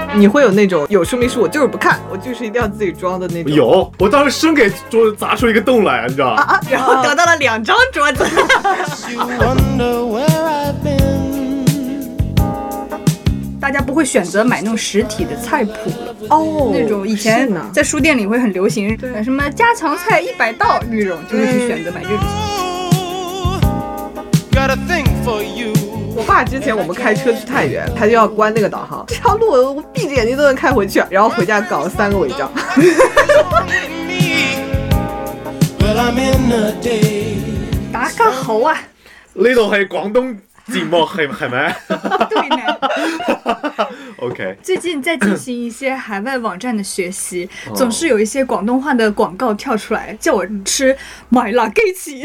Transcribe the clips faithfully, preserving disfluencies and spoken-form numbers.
你会有那种有说明书我就是不看，我就是一定要自己装的那种？ 有，我当时生给桌子砸出一个洞来，你知道吗？ 啊啊！然后得到了两张桌子。 大家不会选择买那种实体的菜谱了哦， 那种以前在书店里会很流行，什么家常菜一百道那种，就会去选择买这种。 我爸之前我们开车去太原，他就要关那个导航，这条路我闭着眼睛都能开回去，然后回家搞了三个违章。 大家好啊， 呢度係廣東節目係係咪？ 對呢。 OK。 最近在進行一些海外網站的學習，哦、總是有一些廣東話的廣告跳出來，叫我吃麻辣雞翅。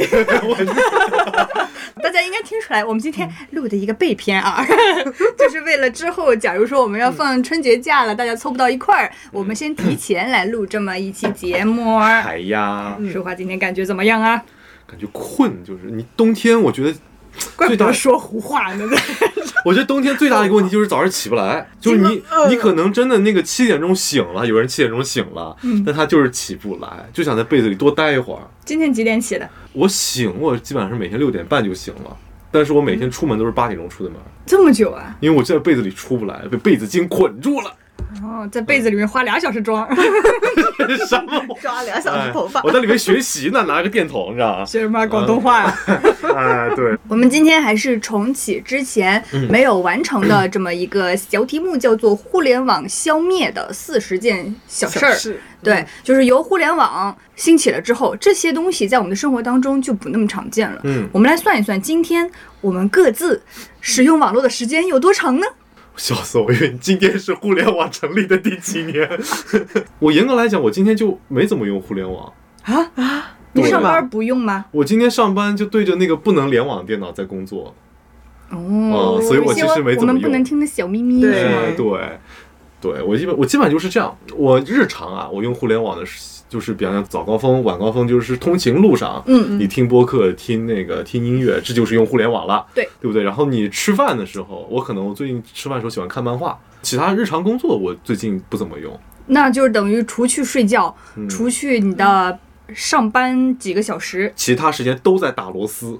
大家應該聽出來，我們今天錄的一個備篇啊，就是為了之後，假如說我們要放春節假了，大家湊不到一塊兒，我們先提前來錄這麼一期節目。 係呀， 淑華今天感覺怎麼樣啊？ 感覺困，就是你冬天，我覺得怪不得說胡話呢。 我覺得冬天最大的一個問題就是早上起不來，就是你你可能真的那個七點鐘醒了，有人七點鐘醒了，嗯、但他就是起不來，就想在被子裡多待一會兒。 今天幾點起的？我醒，我基本上是每天六點半就醒了，但是我每天出門都是八點鐘出的門。 這麼久啊？ 因為我在被子裡出不來，被被子巾捆住了。 哦，在被子裡面花兩小時裝。 什麼？ 抓兩小時頭髮、哎？ 我在裡面學習呢，拿個電筒，你知道嗎？ 學什麼廣東話呀、啊？ 哎，對。 我們今天還是重啟之前沒有完成的這麼一個小題目，叫做互聯網消滅的四十件小事兒。對，就是由互聯網興起了之後，這些東西在我們的生活當中就不那麼常見了。嗯，我們來算一算，今天我們各自使用網絡的時間有多長呢？ 笑死我！因為今天是互聯網成立的第幾年？我嚴格來講，我今天就沒怎麼用互聯網啊啊！你上班不用嗎？ 我今天上班就對着那個不能聯網電腦在工作。哦、呃，所以我其實沒怎麼用。 我們不能聽的小秘密是嗎？ 對對對，我基本我基本就是這樣。我日常啊，我用互聯網的就是比方講早高峰、晚高峰，就是通勤路上，嗯，你聽播客、聽那個聽音樂，這就是用互聯網了， 對對不對？然後你吃飯的時候，我可能我最近吃飯的時候喜歡看漫畫，其他日常工作我最近不怎麼用。 那就是等於除去睡覺，嗯、除去你的上班幾個小時， 其他時間都在打螺絲。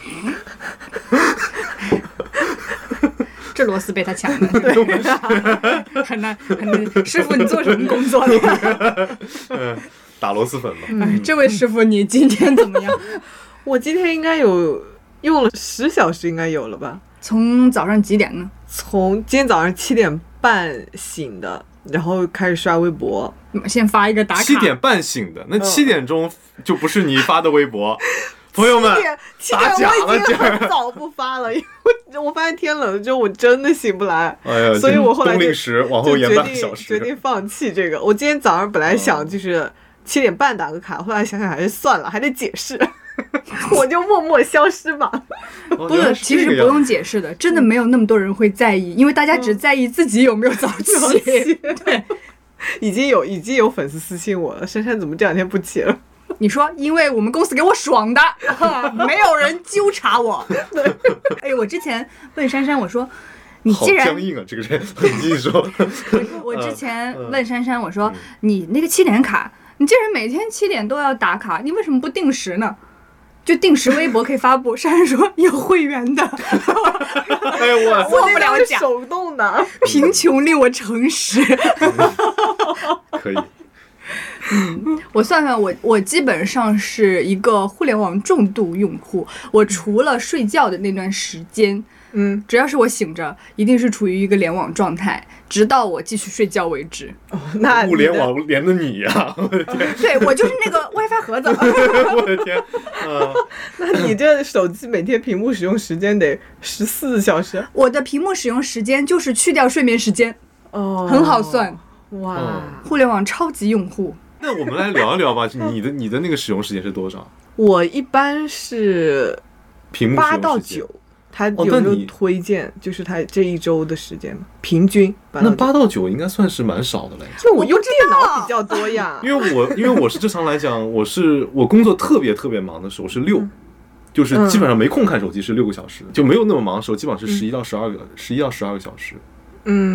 這螺絲被他搶了，對，很難很難。師傅，你做什麼工作的？ 打螺螄粉嘛。 嗯，這位師傅，你今天怎麼樣？ 我今天應該有用了十小時，應該有了吧？ 從早上幾點呢？ 從今天早上七點半醒的，然後開始刷微博。 先發一個打卡。 七點半醒的，那七點鐘就不是你發的微博。嗯朋友們，打假了， 今天很早不發了，因為我發現天冷了之後我真的醒不來， 哎呀， 所以我後來就冬令時往後延半個小時， 決定放棄這個。我今天早上本來想就是七點半打個卡，後來想想還是算了，還得解釋，我就默默消失嘛。 不是，其實不用解釋的，真的沒有那麼多人會在意，因為大家只在意自己有沒有早起。對， 已經有已經有粉絲私信我了，珊珊怎麼這兩天不起了？ 你說，因為我們公司給我爽的，沒有人糾察我。對，哎，我之前問珊珊，我說，你既然好僵硬啊，這個人，你繼續說。 我之前問珊珊，我說，你那個七點卡，你既然每天七點都要打卡，你為什麼不定時呢？就定時微博可以發布。珊珊說有會員的。 哎，我做不了假， 手動的， 貧窮令我誠實。 可以。 嗯，我算算，我我基本上是一個互聯網重度用戶。我除了睡覺的那段時間，嗯，只要是我醒着，一定是處於一個聯網狀態，直到我繼續睡覺為止。 哦，那互聯網連的你呀、啊！我的天， 對，我就是那個 WiFi 盒子。 我的天，啊， 那你這手機每天屏幕使用時間得十四小時？ 我的屏幕使用時間就是去掉睡眠時間，哦，很好算。 哇， 哦、 互聯網超級用戶。 那我們來聊一聊吧，你的你的那個使用時間是多少？ 我一般是屏幕八到九，它有沒有推薦？哦、就是它這一周的時間嘛，平均。 那八到九應該算是蠻少的嘞。 就我用電腦比較多呀。 因為我因為我是正常來講，我是我工作特別特別忙的時候是六、嗯，就是基本上沒空看手機是六個小時，就沒有那麼忙的時候，基本上是十一到十二個，十一到十二個小時。 嗯，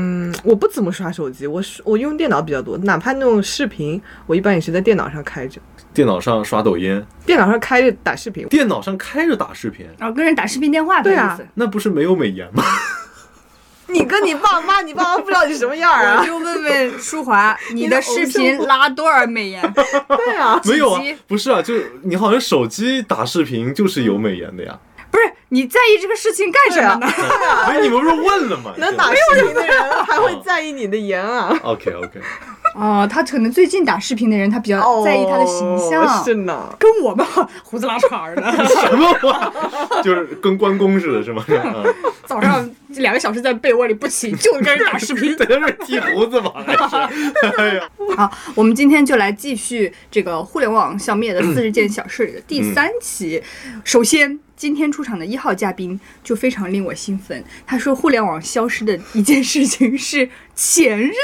我不怎么刷手机，我我用电脑比较多，哪怕那种视频，我一般也是在电脑上开着。 电脑上刷抖音， 电脑上开着打视频， 电脑上开着打视频， 然后跟人打视频电话的意思。对啊， 那不是没有美颜吗？ 你跟你爸妈，你爸妈不知道你什么样啊？ 我就问问舒华，你的视频拉多少美颜？ 对啊， 没有啊，不是啊，就你好像手机打视频就是有美颜的呀。 不是，你在意这个事情干什么呢？ 对啊， 哎，你们不是问了吗？ 能打视频的人还会在意你的颜啊 ？OK OK。 哦，他可能最近打视频的人，他比较在意他的形象。 哦、是呢， 跟我们胡子拉碴的。 什么话？就是跟关公似的，是吗？嗯、 早上两个小时在被窝里不起，就跟人打视频， 在那剃胡子吧？还是？哎呀！ 好，我们今天就来继续这个互联网消灭的四十件小事的第三期。嗯、首先。今天出场的一号嘉宾就非常令我兴奋，他说互联网消失的一件事情是前任。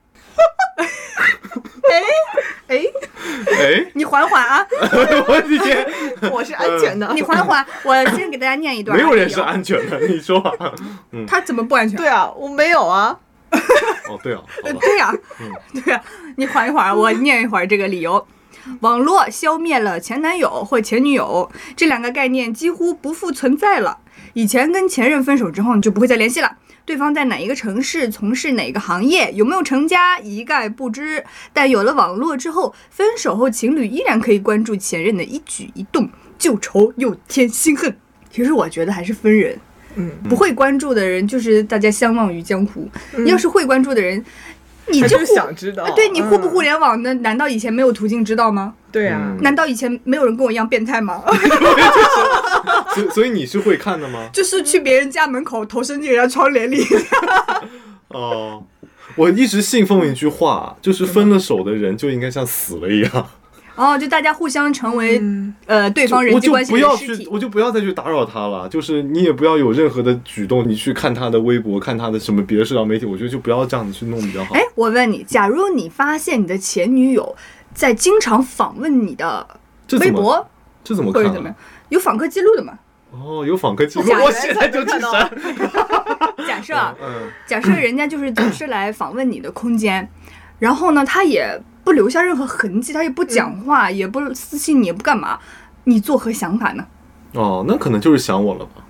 哎哎哎， 你缓缓啊！ 我的天，我是安全的。 你缓缓，我先给大家念一段。 没有人是安全的，你说吧。 嗯、他怎么不安全？ 对啊，我没有啊。 哦，对啊， 对呀、啊，嗯、对啊，你缓一会儿，我念一会儿这个理由。网络消灭了前男友或前女友，这两个概念几乎不复存在了。以前跟前任分手之后，你就不会再联系了。对方在哪一个城市，从事哪个行业，有没有成家，一概不知。但有了网络之后，分手后情侣依然可以关注前任的一举一动，旧仇又添新恨。其实我觉得还是分人，嗯，不会关注的人就是大家相忘于江湖，嗯、要是会关注的人。你就想知道， 对你互不互联网的，难道以前没有途径知道吗？ 对啊， 难道以前没有人跟我一样变态吗？ 所以所以你是会看的吗？ 就是去别人家门口头伸进人家窗帘里。 哦，我一直信奉一句话，就是分了手的人就应该像死了一样。 哦，就大家互相成为、嗯、呃对方人际关系的尸体， 我就不要再去打扰他了。就是你也不要有任何的举动，你去看他的微博，看他的什么别的社交媒体，我觉得就不要这样子去弄比较好。 哎，我问你，假如你发现你的前女友在经常访问你的微博， 这怎么看、啊？ 或者怎么样？有访客记录的吗？ 哦，有访客记录，我现在就去删。 假设，嗯，假设人家就是总是来访问你的空间，然后呢，他也不留下任何痕迹，他也不讲话，嗯、也不私信你，也不干嘛，你作何想法呢？ 哦，那可能就是想我了吧。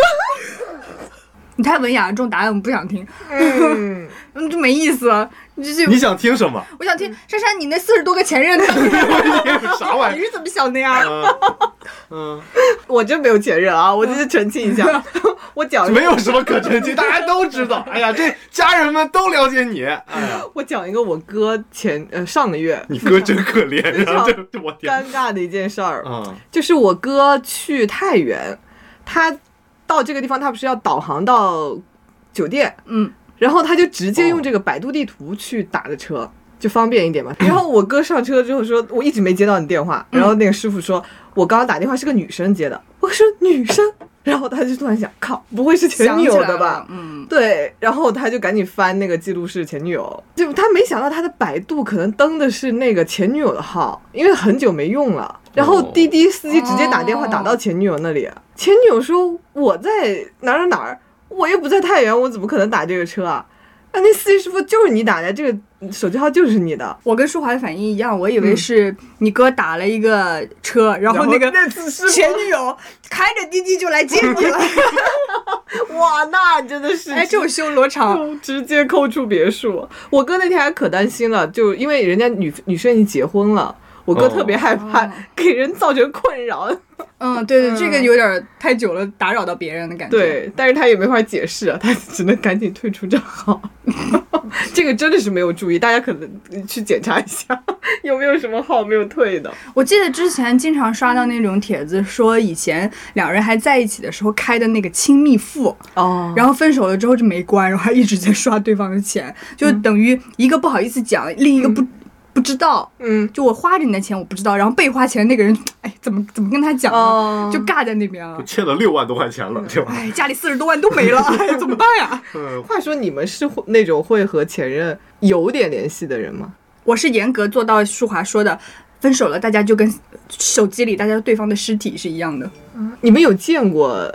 你太文雅了，这种答案我不想听，嗯，就没意思。就是你想听什么？ 我想听珊珊，你那四十多个前任， 啥玩意儿？ 你是怎么想的呀？ 嗯，我真没有前任啊，我就是澄清一下，我讲没有什么可澄清，大家都知道。哎呀，这家人们都了解你。哎呀， 我讲一个我哥前呃上个月， 你哥真可怜，然后这我尴尬的一件事儿，嗯，就是我哥去太原，他到这个地方，他不是要导航到酒店，嗯。然后他就直接用这个百度地图去打的车，哦、就方便一点嘛。然后我哥上车之后说：“我一直没接到你电话。”然后那个师傅说：“我刚刚打电话是个女生接的。”我说：“女生？”然后他就突然想：“靠，不会是前女友的吧？”嗯，对。然后他就赶紧翻那个记录是前女友，就他没想到他的百度可能登的是那个前女友的号，因为很久没用了。然后滴滴司机直接打电话打到前女友那里，哦、前女友说：“我在哪儿哪儿。”我也不在太原，我怎么可能打这个车啊？那那司机师傅就是你打的，这个手机号就是你的。 我跟舒华的反应一样，我以为是你哥打了一个车，嗯、然后那个前女友开着滴滴就来接你了。 哇，那真的是哎，这种修罗场直接扣除别墅。我哥那天还可担心了，就因为人家女女生已经结婚了。我哥特别害怕给人造成困扰。哦、 嗯，对对，这个有点太久了，打扰到别人的感觉。 对，但是他也没法解释啊，他只能赶紧退出账号。这个真的是没有注意，大家可能去检查一下有没有什么号没有退的。 我记得之前经常刷到那种帖子，说以前两人还在一起的时候开的那个亲密付，哦，然后分手了之后就没关，然后还一直在刷对方的钱，就等于一个不好意思讲，嗯、另一个不。不知道，嗯，就我花着你的钱我不知道，然后被花钱那个人，哎，怎么怎么跟他讲呢？哦、就尬在那边了， 欠了六万多块钱了，对吧？ 哎，家里四十多万都没了，哎，怎么办呀？ 嗯，话说你们是那种会和前任有点联系的人吗？ 我是严格做到舒华说的，分手了大家就跟手机里大家对方的尸体是一样的。 嗯，你们有见过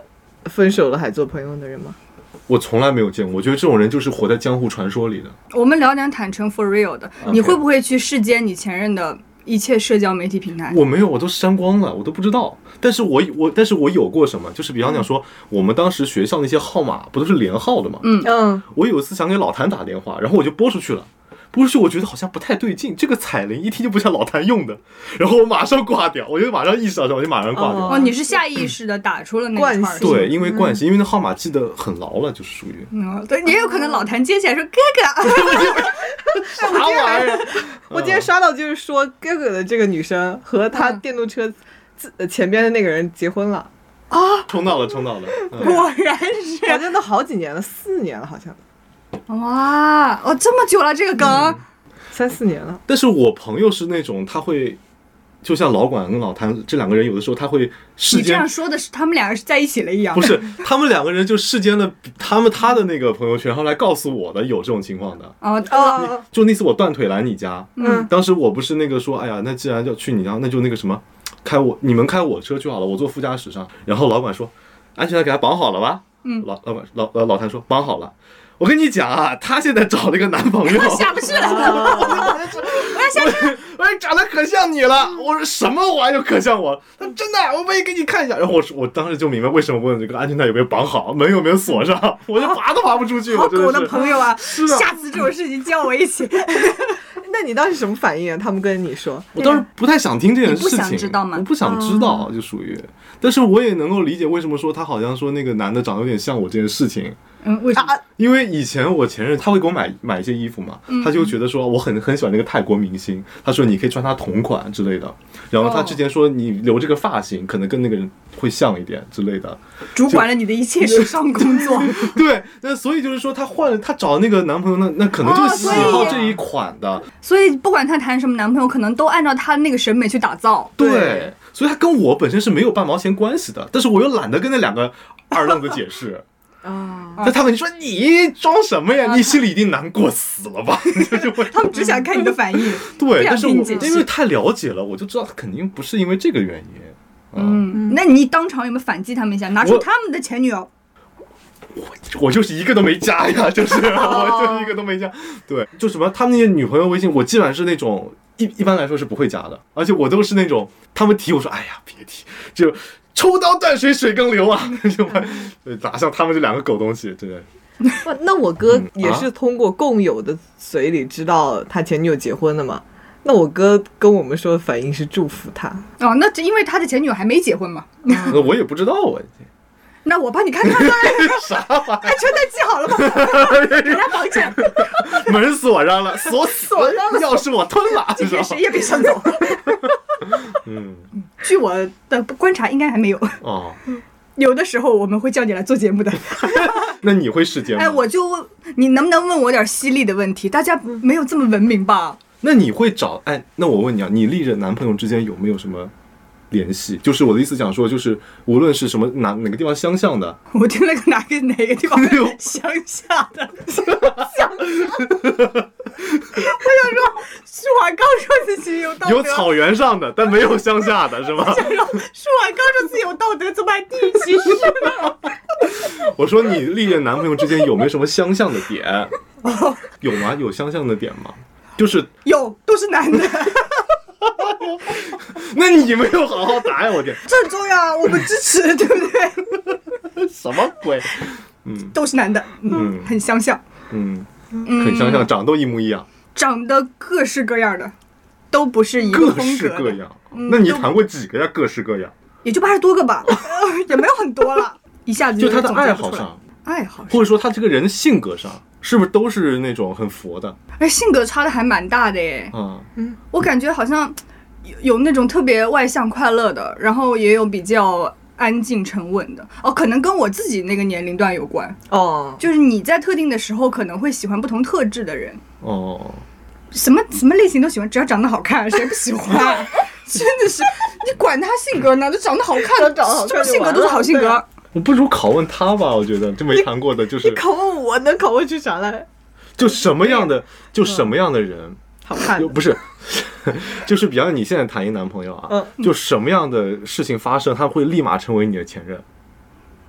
分手了还做朋友的人吗？ 我从来没有见过，我觉得这种人就是活在江湖传说里的。 我们聊点坦诚 for real 的， Okay. 你会不会去世间你前任的一切社交媒体平台？ 我没有，我都删光了，我都不知道。但是我我但是我有过什么，就是比方讲说，嗯、我们当时学校那些号码不都是连号的吗？ 嗯嗯。 我有一次想给老谭打电话，然后我就拨出去了。拨出去，我觉得好像不太对劲，这个彩铃一听就不像老谭用的，然后我马上挂掉，我就马上意识到这，我就马上挂掉。 哦，你是下意识的打出了那个惯对，因为惯性，嗯、因为那号码记得很牢了，就是属于。 嗯，对，也有可能老谭接起来说哥哥， 啥玩意儿？ 我今天刷到就是说哥哥的这个女生和他电动车前边的那个人结婚了啊， 冲到了，冲到了， 嗯、果然是， 好像都好几年了，四年了好像。 哇，哦，这么久了这个梗，嗯、 三四年了。 但是我朋友是那种他会，就像老管跟老谭这两个人，有的时候他会世间。 你这样说的是他们两个是在一起了一样。 不是，他们两个人就世间的他们他的那个朋友圈，然后来告诉我的有这种情况的。 哦哦。 就那次我断腿来你家， 嗯， 当时我不是那个说，哎呀，那既然要去你家，那就那个什么，开我你们开我车就好了，我坐副驾驶上。然后老管说，安全带给他绑好了吧？ 嗯， 老老管老老老谭说绑好了。我跟你讲啊，她现在找了个男朋友， 下不去了，我要下去。 我说长得可像你了，我说什么玩意儿可像我？他说真的，我可以给你看一下。然后我我当时就明白为什么问这个安全带有没有绑好，门有没有锁上，我就爬都爬不出去。 好狗的朋友啊， 是啊，下次这种事情叫我一起。 那你当时什么反应啊？他们跟你说， 我当时不太想听这件事情， 你不想知道吗？ 我不想知道，就属于。但是我也能够理解为什么说他好像说那个男的长得有点像我这件事情。 嗯，为啥？ 因为以前我前任他会给我买买一些衣服嘛，他就觉得说我很很喜欢那个泰国明星，他说你可以穿他同款之类的。然后他之前说你留这个发型可能跟那个人会像一点之类的。 主管了你的一切时尚工作。 对，那所以就是说他换了他找那个男朋友，那那可能就是喜好这一款的。 所以不管他谈什么男朋友，可能都按照他那个审美去打造。 对。对，所以他跟我本身是没有半毛钱关系的，但是我又懒得跟那两个二愣子解释。啊！那他们你说你装什么呀？你心里一定难过死了吧？ 他们只想看你的反应。 对，但是我因为太了解了，我就知道他肯定不是因为这个原因。 嗯，那你当场有没有反击他们一下，拿出他们的前女友？ 我我就是一个都没加呀，就是我就一个都没加。对，就什么他们那些女朋友微信，我基本上是那种一一般来说是不会加的，而且我都是那种他们提我说，哎呀别提，就抽刀断水水更流啊，就对，哪像他们这两个狗东西，真的。 那我哥也是通过共有的嘴里知道他前女友结婚了嘛？那我哥跟我们说的反应是祝福他。 哦，那因为他的前女友还没结婚嘛？ 那我也不知道啊。 那我帮你看看吧。 啥玩意儿？ 安全带系好了吗？给他绑起来。 门锁上了，锁锁上了，钥匙我吞了， 今天谁也别想走。 嗯， 据我的观察，应该还没有。 哦。 有的时候我们会叫你来做节目的。 那你会试节目？ 哎，我就你能不能问我点犀利的问题？大家没有这么文明吧？ 那你会找哎？那我问你啊，你历任男朋友之间有没有什么联系？就是我的意思讲说，就是无论是什么哪哪个地方相像的， 我听了个哪个哪个地方乡下的乡下。我想说，舒婉刚说自己有道德， 有草原上的，但没有乡下的，是吗？ 舒婉刚说自己有道德，怎么还地域歧视呢？ 我说你历任男朋友之间有没有什么相像的点？有吗？有相像的点吗？就是有，都是男的。 那你没有好好答呀！我天， 这很重要啊，我们支持，对不对？什么鬼？嗯， 都是男的，嗯，很相像， 嗯，很相像，长得都一模一样， 长得各式各样的，都不是一个风格的。 各式各样，那你谈过几个呀？各式各样， 也就八十多个吧，也没有很多了，一下子就他的爱好上， 爱好， 或者说他这个人性格上。是不是都是那种很佛的？ 哎，性格差的还蛮大的耶。 嗯嗯，我感觉好像有有那种特别外向快乐的，然后也有比较安静沉稳的。哦，可能跟我自己那个年龄段有关。 哦， 就是你在特定的时候可能会喜欢不同特质的人。 哦， 什么什么类型都喜欢，只要长得好看，谁不喜欢？真的是，你管他性格呢，就长得好看， 长得好看， 什么性格都是好性格。 我不如拷问他吧，我觉得这没谈过的就是。 你拷问我能拷问出啥来？ 就什么样的，就什么样的人， 嗯、好看不是，就是比方你现在谈一男朋友啊， 嗯， 就什么样的事情发生，他会立马成为你的前任。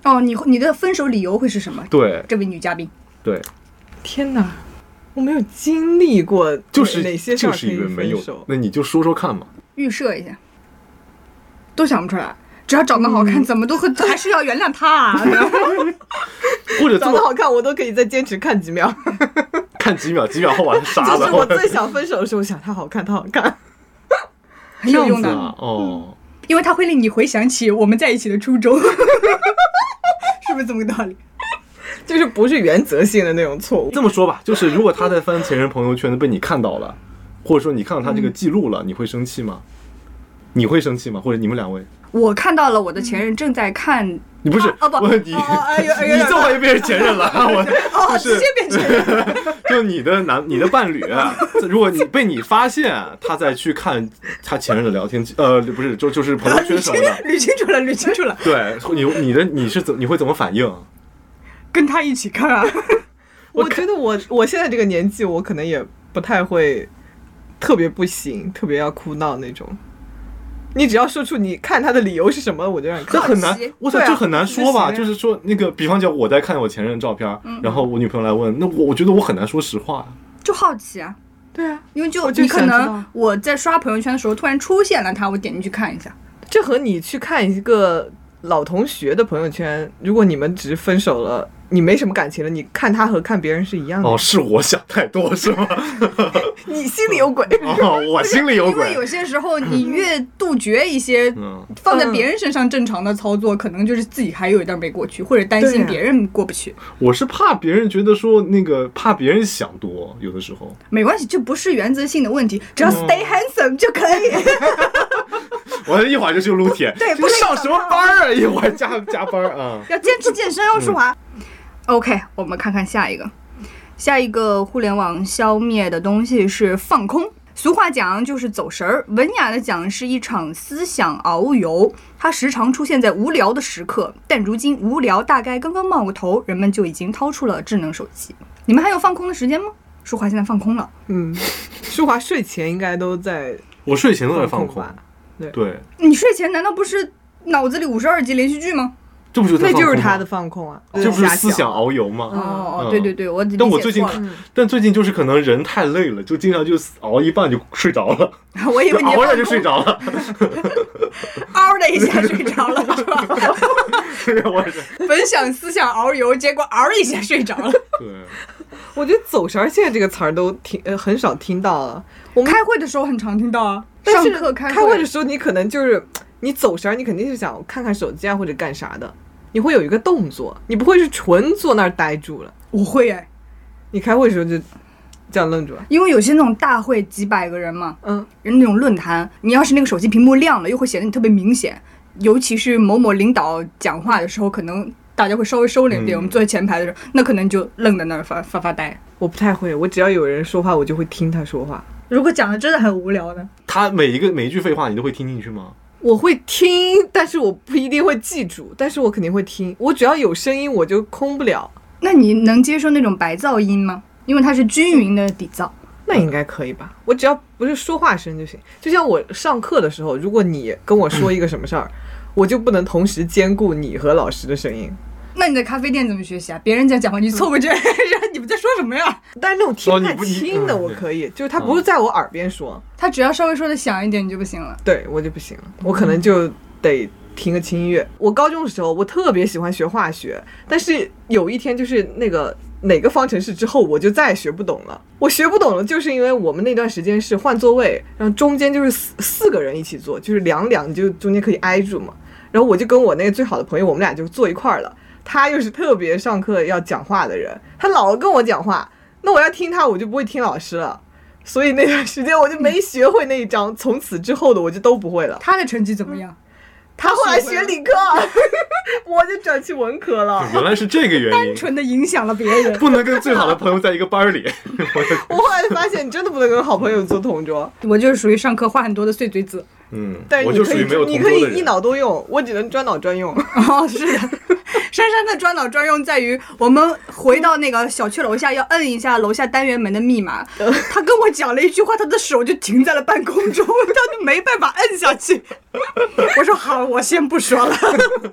哦，你你的分手理由会是什么？ 对， 这位女嘉宾。 对， 天哪，我没有经历过， 就是哪些事就是因为没有，那你就说说看嘛， 预设一下，都想不出来。只要长得好看，嗯、怎么都会还是要原谅他啊？ 或者长得好看，我都可以再坚持看几秒， 看几秒，几秒后把他杀了。 就是我最想分手的时候，想他好看，他好看， 很有用的、 啊、哦、 嗯，因为他会令你回想起我们在一起的初衷，是不是这么个道理？ 就是不是原则性的那种错误。 这么说吧，就是如果他在翻前任朋友圈被你看到了，或者说你看到他这个记录了，嗯、你会生气吗？你会生气吗？或者你们两位？ 我看到了我的前任正在看， 你不是啊不， 你你这话就变成前任了，我哦，直接变前任， 就你的男你的伴侣，如果你被你发现他在去看他前任的聊天，呃，不是，就就是朋友圈什么的， 捋清楚了，捋清楚了。 对，你你的你是怎你会怎么反应？ 跟他一起看啊？ 我觉得我我现在这个年纪，我可能也不太会特别不行，特别要哭闹那种。你只要说出你看他的理由是什么，我就让你看。 这很难，我操， 啊、 这很难说吧？就, 就是说，那个，比方讲，我在看我前任照片，嗯、然后我女朋友来问，那我我觉得我很难说实话啊。 就好奇啊， 对啊， 因为就你可能我在刷朋友圈的时候突然出现了他，我点进去看一下。 这和你去看一个老同学的朋友圈，如果你们只是分手了，你没什么感情了，你看他和看别人是一样的。 哦，是我想太多是吗？ 你心里有鬼。 哦，我心里有鬼。 因为有些时候你越杜绝一些放在别人身上正常的操作，嗯、可能就是自己还有一段没过去，或者担心别人过不去。 啊、我是怕别人觉得说那个怕别人想多，有的时候。 没关系，这不是原则性的问题，只要 stay handsome 就可以。 我一会儿就去撸铁， 对，不上什么班啊？一会儿加加班啊！ 要坚持健身哦，舒华。嗯、OK， 我们看看下一个，下一个互联网消灭的东西是放空。俗话讲就是走神儿，文雅的讲是一场思想遨游。它时常出现在无聊的时刻，但如今无聊大概刚刚冒个头，人们就已经掏出了智能手机。你们还有放空的时间吗？舒华现在放空了。 嗯，舒华睡前应该都在， 我睡前都在放空吧。对, 对， 你睡前难道不是脑子里五十二集连续剧吗？ 这不就是那就是他的放空啊， 这不是思想遨游吗？ 哦、嗯、对对对，我但我最近，但最近就是可能人太累了，就经常就熬一半就睡着了。 我以为你熬着就睡着了， 嗷的一下睡着了，是吧？本想思想遨游，结果嗷一下睡着了。 对， 我觉得走神现在这个词儿都听呃很少听到了。 我们开会的时候很常听到啊， 上课开会开会的时候，你可能就是你走神，你肯定是想看看手机啊或者干啥的，你会有一个动作，你不会是纯坐那儿呆住了。 我会哎， 你开会的时候就这样愣住了， 因为有些那种大会几百个人嘛， 嗯， 那种论坛，你要是那个手机屏幕亮了，又会显得你特别明显，尤其是某某领导讲话的时候，可能大家会稍微收敛点。嗯、我们坐在前排的时候，那可能就愣在那儿发发发呆。 我不太会，我只要有人说话，我就会听他说话。 如果讲的真的很无聊呢？ 他每一个每一句废话你都会听进去吗？ 我会听，但是我不一定会记住，但是我肯定会听。我只要有声音，我就空不了。 那你能接受那种白噪音吗？因为它是均匀的底噪。 那应该可以吧？我只要不是说话声就行。就像我上课的时候，如果你跟我说一个什么事儿，我就不能同时兼顾你和老师的声音。 那你在咖啡店怎么学习啊？别人在讲话，你凑过去，嗯、你们在说什么呀？ 但是那种听太轻的我可以，哦嗯、就是他不是在我耳边说， 他只要稍微说的响一点，你就不行了。 对，我就不行了，我可能就得听个轻音乐。我高中的时候，我特别喜欢学化学，但是有一天就是那个哪个方程式之后，我就再也学不懂了。我学不懂了，就是因为我们那段时间是换座位，然后中间就是四四个人一起坐，就是两两，你就中间可以挨住嘛。然后我就跟我那个最好的朋友，我们俩就坐一块儿了。他又是特别上课要讲话的人，他老跟我讲话，那我要听他，我就不会听老师了。所以那段时间我就没学会那一章，从此之后的我就都不会了。 他的成绩怎么样？ 他后来学理科，我就转去文科了。 原来是这个原因， 单纯的影响了别人， 不能跟最好的朋友在一个班里。 我后来发现，你真的不能跟好朋友做同桌。 我就是属于上课话很多的碎嘴子。 嗯， 但是你可以，你可以一脑多用，我只能专脑专用。 哦，是的，珊珊的专脑专用在于，我们回到那个小区楼下要摁一下楼下单元门的密码，他跟我讲了一句话，他的手就停在了半空中，他就没办法摁下去。我说好，我先不说了。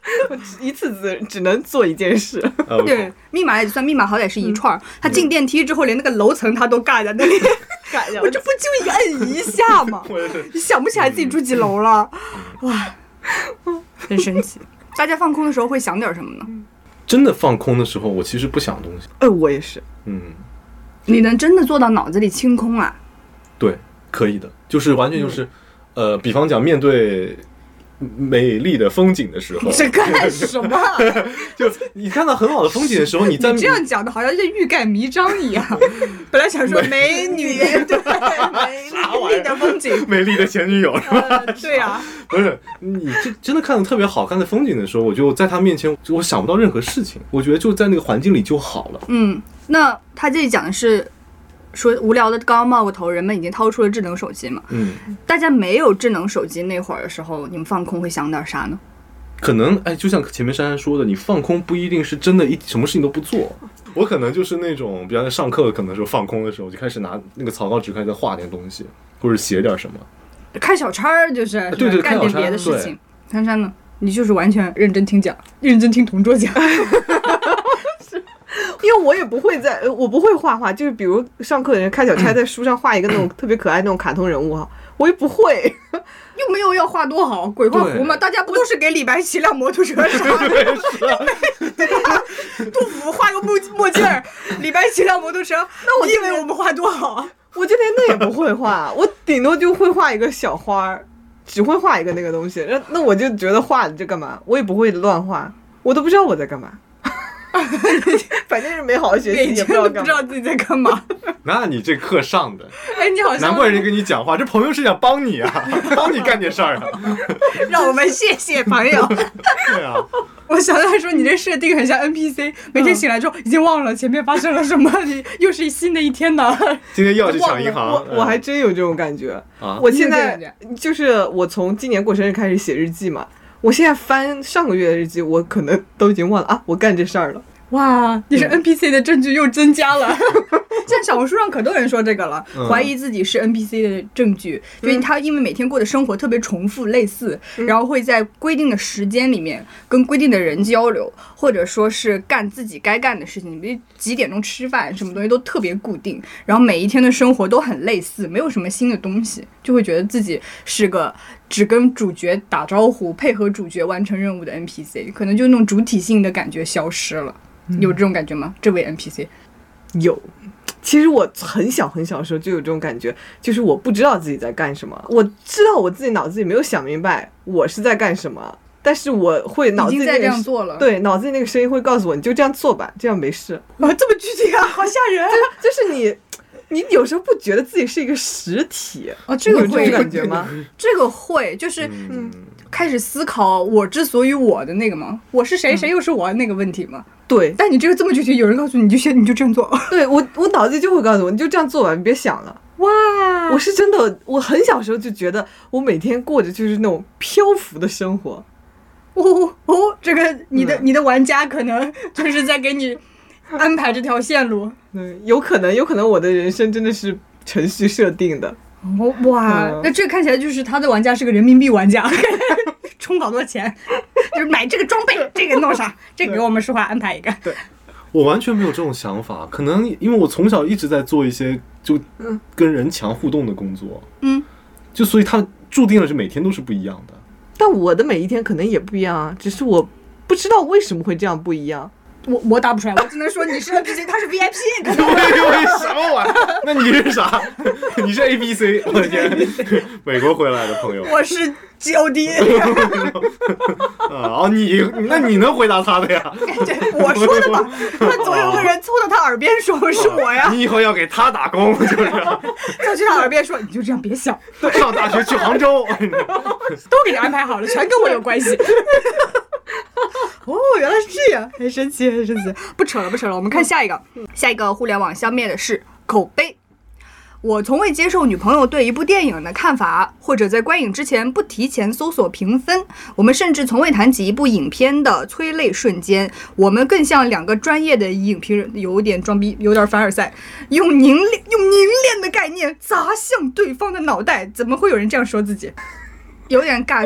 我一次只只能做一件事。 对，密码也算密码，好歹是一串。他进电梯之后，连那个楼层他都盖在那里。 盖着， 我这不就摁一下吗？你想不起来自己住几楼了，哇，很神奇。大家放空的时候会想点什么呢？ 真的放空的时候，我其实不想东西。 呃，我也是。 嗯， 你能真的做到脑子里清空啊？ 对，可以的，就是完全就是，嗯、呃，比方讲面对美丽的风景的时候， 这干什么？ 就你看到很好的风景的时候，你在你这样讲的好像在欲盖弥彰一样。本来想说美女，对，美丽的风景， 美丽的前女友是吧？ 呃、对呀、啊， 不是你这真的看到特别好看的风景的时候，我就在他面前，我想不到任何事情，我觉得就在那个环境里就好了。 嗯，那他这里讲的是。说无聊的刚刚冒个头，人们已经掏出了智能手机嘛。 嗯， 大家没有智能手机那会儿的时候，你们放空会想点啥呢？ 可能哎，就像前面珊珊说的，你放空不一定是真的一什么事情都不做。我可能就是那种，比方在上课可能时候放空的时候，就开始拿那个草稿纸开始画点东西，或者写点什么， 开小差儿就是， 对对， 干点别的事情。珊珊呢？你就是完全认真听讲，认真听同桌讲。 因为我也不会在，我不会画画，就是比如上课的人开小差，在书上画一个那种特别可爱那种卡通人物哈，我也不会， 又没有要画多好，鬼画符嘛，大家不都是给李白骑辆摩托车上？对呀，杜甫画个墨墨镜儿，李白骑辆摩托车，那我以为我们画多好？ 我就连那也不会画，我顶多就会画一个小花儿，只会画一个那个东西，那那我就觉得画这干嘛？我也不会乱画，我都不知道我在干嘛。反正是没好好学习，也不知道不知道自己在干嘛。 那你这课上的， 哎，你好像难怪人跟你讲话，这朋友是想帮你啊，帮你干点事儿啊。 让我们谢谢朋友。 对啊， 我想到说你这设定很像 N P C， 每天醒来之后已经忘了前面发生了什么，你又是新的一天呢。 今天又要去抢银行， 我我还真有这种感觉啊！ 我现在就是我从今年过生日开始写日记嘛。我现在翻上个月的日记，我可能都已经忘了啊，我干这事儿了。 哇，你是 N P C 的证据又增加了。现在小红书上可多人说这个了，怀疑自己是 N P C 的证据，嗯、就是他因为每天过的生活特别重复类似，嗯、然后会在规定的时间里面跟规定的人交流，或者说是干自己该干的事情，比如几点钟吃饭，什么东西都特别固定，然后每一天的生活都很类似，没有什么新的东西，就会觉得自己是个只跟主角打招呼、配合主角完成任务的 N P C， 可能就那种主体性的感觉消失了。有这种感觉吗？这位 N P C 有。其实我很小很小的时候就有这种感觉，就是我不知道自己在干什么，我知道我自己脑子里没有想明白我是在干什么，但是我会脑子里、那个、 已经在这样做了， 对，脑子里那个声音会告诉我，你就这样做吧，这样没事。 哇，这么具体啊，好吓人！ 就, 就是你，你有时候不觉得自己是一个实体哦，这个会有这种感觉吗？ 这个会，就是嗯，开始思考我之所以我的那个吗？我是谁，谁又是我那个问题吗？ 对， 但你这个这么具体，有人告诉你，你就先你就这样做。 对我，我脑子就会告诉我，你就这样做吧，你别想了。哇，我是真的，我很小时候就觉得我每天过着就是那种漂浮的生活。 哦哦，这个你的、嗯、你的玩家可能就是在给你安排这条线路。 对，有可能，有可能我的人生真的是程序设定的。 哦哇，嗯、那这看起来就是他的玩家是个人民币玩家，充好多钱，就是买这个装备，这个弄啥，这个给我们说话安排一个。 对， 我完全没有这种想法，可能因为我从小一直在做一些就跟人强互动的工作，嗯，就所以它注定了是每天都是不一样的。 但我的每一天可能也不一样啊，只是我不知道为什么会这样不一样。 我我答不出来，我只能说你是 N P C， 他是 V I P。 为什么玩？那你是啥？你是 A B C？ 我的天，美国回来的朋友。 我是 G O D。 啊，哦，你那你能回答他的呀？ 我说的吧，他总有个人凑到他耳边说是我呀。 你以后要给他打工，就是。 就去他耳边说，你就这样别想。 上大学去杭州， 都给你安排好了，全跟我有关系。哦，原来是这样，很神奇，很神奇。不扯了，不扯了，我们看下一个。下一个互联网消灭的是口碑。我从未接受女朋友对一部电影的看法，或者在观影之前不提前搜索评分。我们甚至从未谈及一部影片的催泪瞬间。我们更像两个专业的影评人，有点装逼，有点凡尔赛，用凝练用凝练的概念砸向对方的脑袋。怎么会有人这样说自己？有点尬住。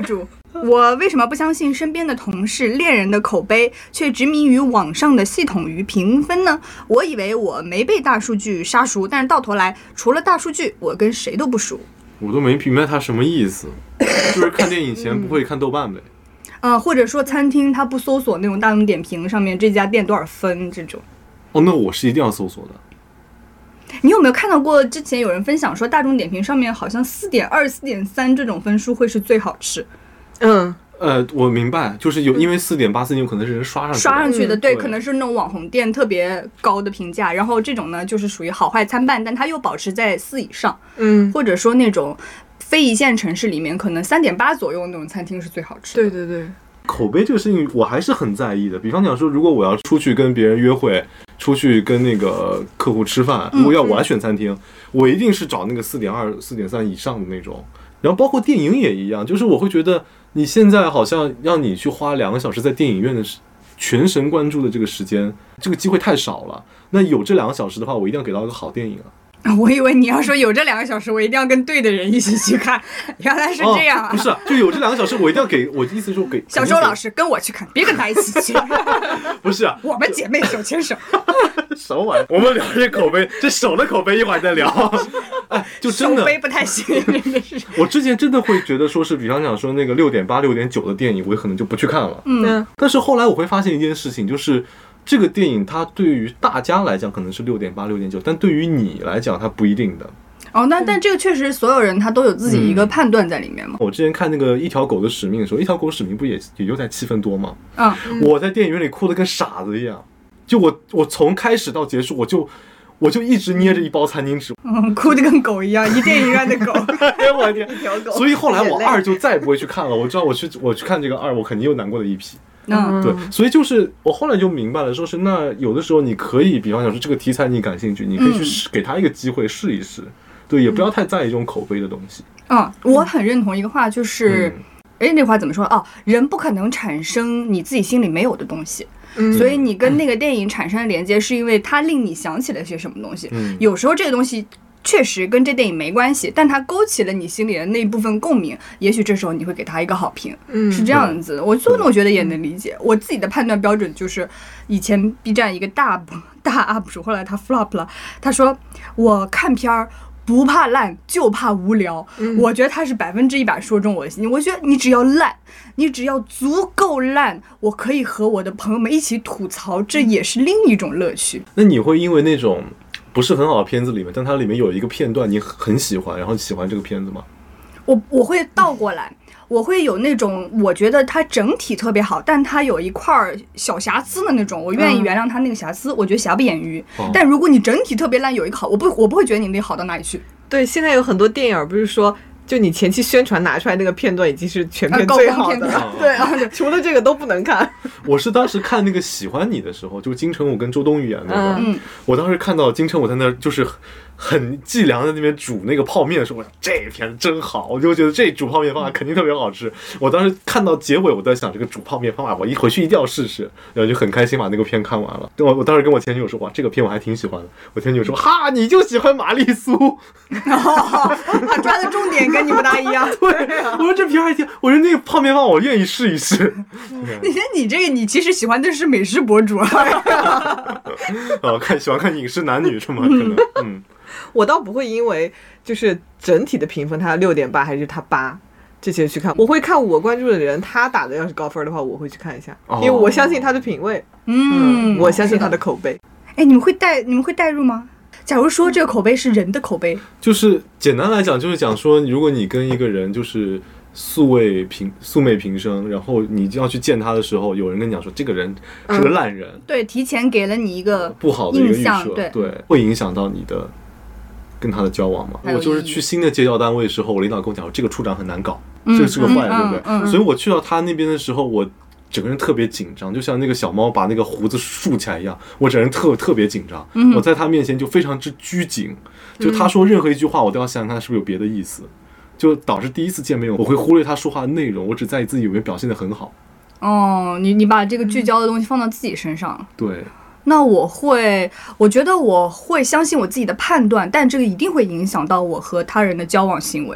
我为什么不相信身边的同事、恋人的口碑，却执迷于网上的系统与评分呢？我以为我没被大数据杀熟，但是到头来，除了大数据，我跟谁都不熟。 我都没明白他什么意思，就是看电影前不会看豆瓣呗。 呃，或者说餐厅他不搜索那种大众点评上面这家店多少分这种。 哦，那我是一定要搜索的。 你有没有看到过之前有人分享说大众点评上面好像四点二、四点三这种分数会是最好吃？ 嗯， 呃，我明白，就是有因为四点八四有可能是人刷上去的刷上去的， 嗯、 对，可能是那种网红店特别高的评价，然后这种呢就是属于好坏参半，但它又保持在四以上， 嗯， 或者说那种非一线城市里面可能三点八左右那种餐厅是最好吃的。 对对对， 口碑这个事情我还是很在意的。比方讲说，如果我要出去跟别人约会，出去跟那个客户吃饭，如果要我来选餐厅，嗯、我一定是找那个四点二、四点三以上的那种。然后包括电影也一样，就是我会觉得你现在好像让你去花两个小时在电影院的全神贯注的这个时间，这个机会太少了。那有这两个小时的话，我一定要给到一个好电影啊。 我以为你要说有这两个小时我一定要跟对的人一起去看，原来是这样啊！ 哦、不是，就有这两个小时我一定要给，我的意思是给小周老师跟我去看，别跟他一起去。 不是、啊， 我们姐妹手牵手。 什么玩意？我们聊这口碑，这手的口碑一会儿再聊。哎，就真的手碑不太行，真的是。 我之前真的会觉得说是，比方讲说那个六点八、六点九的电影，我可能就不去看了。 嗯。 但是后来我会发现一件事情，就是这个电影它对于大家来讲可能是六点八、六点九，但对于你来讲它不一定的。 哦，那但这个确实所有人他都有自己一个判断在里面嘛。 嗯、我之前看那个《一条狗的使命》的时候，《一条狗的使命》不也也就在七分多吗？ 嗯， 我在电影院里哭得跟傻子一样，就我我从开始到结束，我就我就一直捏着一包餐巾纸， 嗯，哭得跟狗一样，一电影院的狗。 哎我天， 一条狗。 所以后来我二就再也不会去看了。我知道我去我去看这个二，我肯定又难过的一批。 嗯， 对，所以就是我后来就明白了，说是那有的时候你可以，比方讲说这个题材你感兴趣，你可以去试、嗯、给他一个机会试一试，对，也不要太在意这种口碑的东西。 嗯，我很认同一个话，就是，哎、嗯，那话怎么说哦？人不可能产生你自己心里没有的东西。嗯、所以你跟那个电影产生的连接，是因为它令你想起了些什么东西。嗯、有时候这个东西确实跟这电影没关系，但它勾起了你心里的那一部分共鸣，也许这时候你会给它一个好评，嗯、是这样子的。我做的我觉得也能理解。我自己的判断标准就是，以前 B 站一个大大 U P 主，后来他 flop 了，他说我看片儿不怕烂，就怕无聊。嗯、我觉得他是百分之一百说中我的心。我觉得你只要烂，你只要足够烂，我可以和我的朋友们一起吐槽，这也是另一种乐趣。 那你会因为那种不是很好的片子里面，但它里面有一个片段你很喜欢，然后喜欢这个片子吗？ 我我会倒过来。我会有那种我觉得它整体特别好，但它有一块小瑕疵的那种，我愿意原谅它那个瑕疵，嗯、我觉得瑕不掩瑜。哦、但如果你整体特别烂，有一个好，我不我不会觉得你那好到哪里去。 对，现在有很多电影不是说，就你前期宣传拿出来那个片段已经是全片最好的， 啊、 对啊，除了这个都不能看。 我是当时看那个《喜欢你》的时候，就是金城武跟周冬雨演那个， 嗯、 我当时看到金城武在那就是很计量在那边煮那个泡面的时候，我说这片真好，我就觉得这煮泡面方法肯定特别好吃。我当时看到结尾，我在想这个煮泡面方法，我一回去一定要试试，然后就很开心把那个片看完了。我我当时跟我前女友说，哇，这个片我还挺喜欢的。我前女友说，哈，你就喜欢玛丽苏， 哦、他抓的重点跟你不大一样。 对，我说这片还挺，我说那个泡面方法我愿意试一试。 你看你这个，你其实喜欢的是美食博主啊。 哦，看喜欢看影视男女是吗？可能，嗯。 我倒不会因为就是整体的评分，他六点八还是他八这些去看，我会看我关注的人，他打的要是高分的话，我会去看一下，因为我相信他的品味， 嗯， 嗯我相信他的口碑。 哎，你们会带你们会带入吗？假如说这个口碑是人的口碑， 就是简单来讲，就是讲说，如果你跟一个人就是素未平素昧平生，然后你要去见他的时候，有人跟你讲说这个人是个烂人， 嗯、对，提前给了你一个不好的一个预设， 对对，会影响到你的跟他的交往嘛。我就是去新的街教单位的时候，我领导跟我讲说这个处长很难搞，嗯、这个是个坏人，嗯、对不对？嗯嗯、所以我去到他那边的时候，我整个人特别紧张，就像那个小猫把那个胡子竖起来一样，我整个人特特别紧张。嗯、我在他面前就非常之拘谨，就他说任何一句话，我都要想想他是不是有别的意思。就导致第一次见面，我会忽略他说话的内容，我只在意自己有没有表现得很好。 哦，你你把这个聚焦的东西放到自己身上。 对。 那我会，我觉得我会相信我自己的判断，但这个一定会影响到我和他人的交往行为。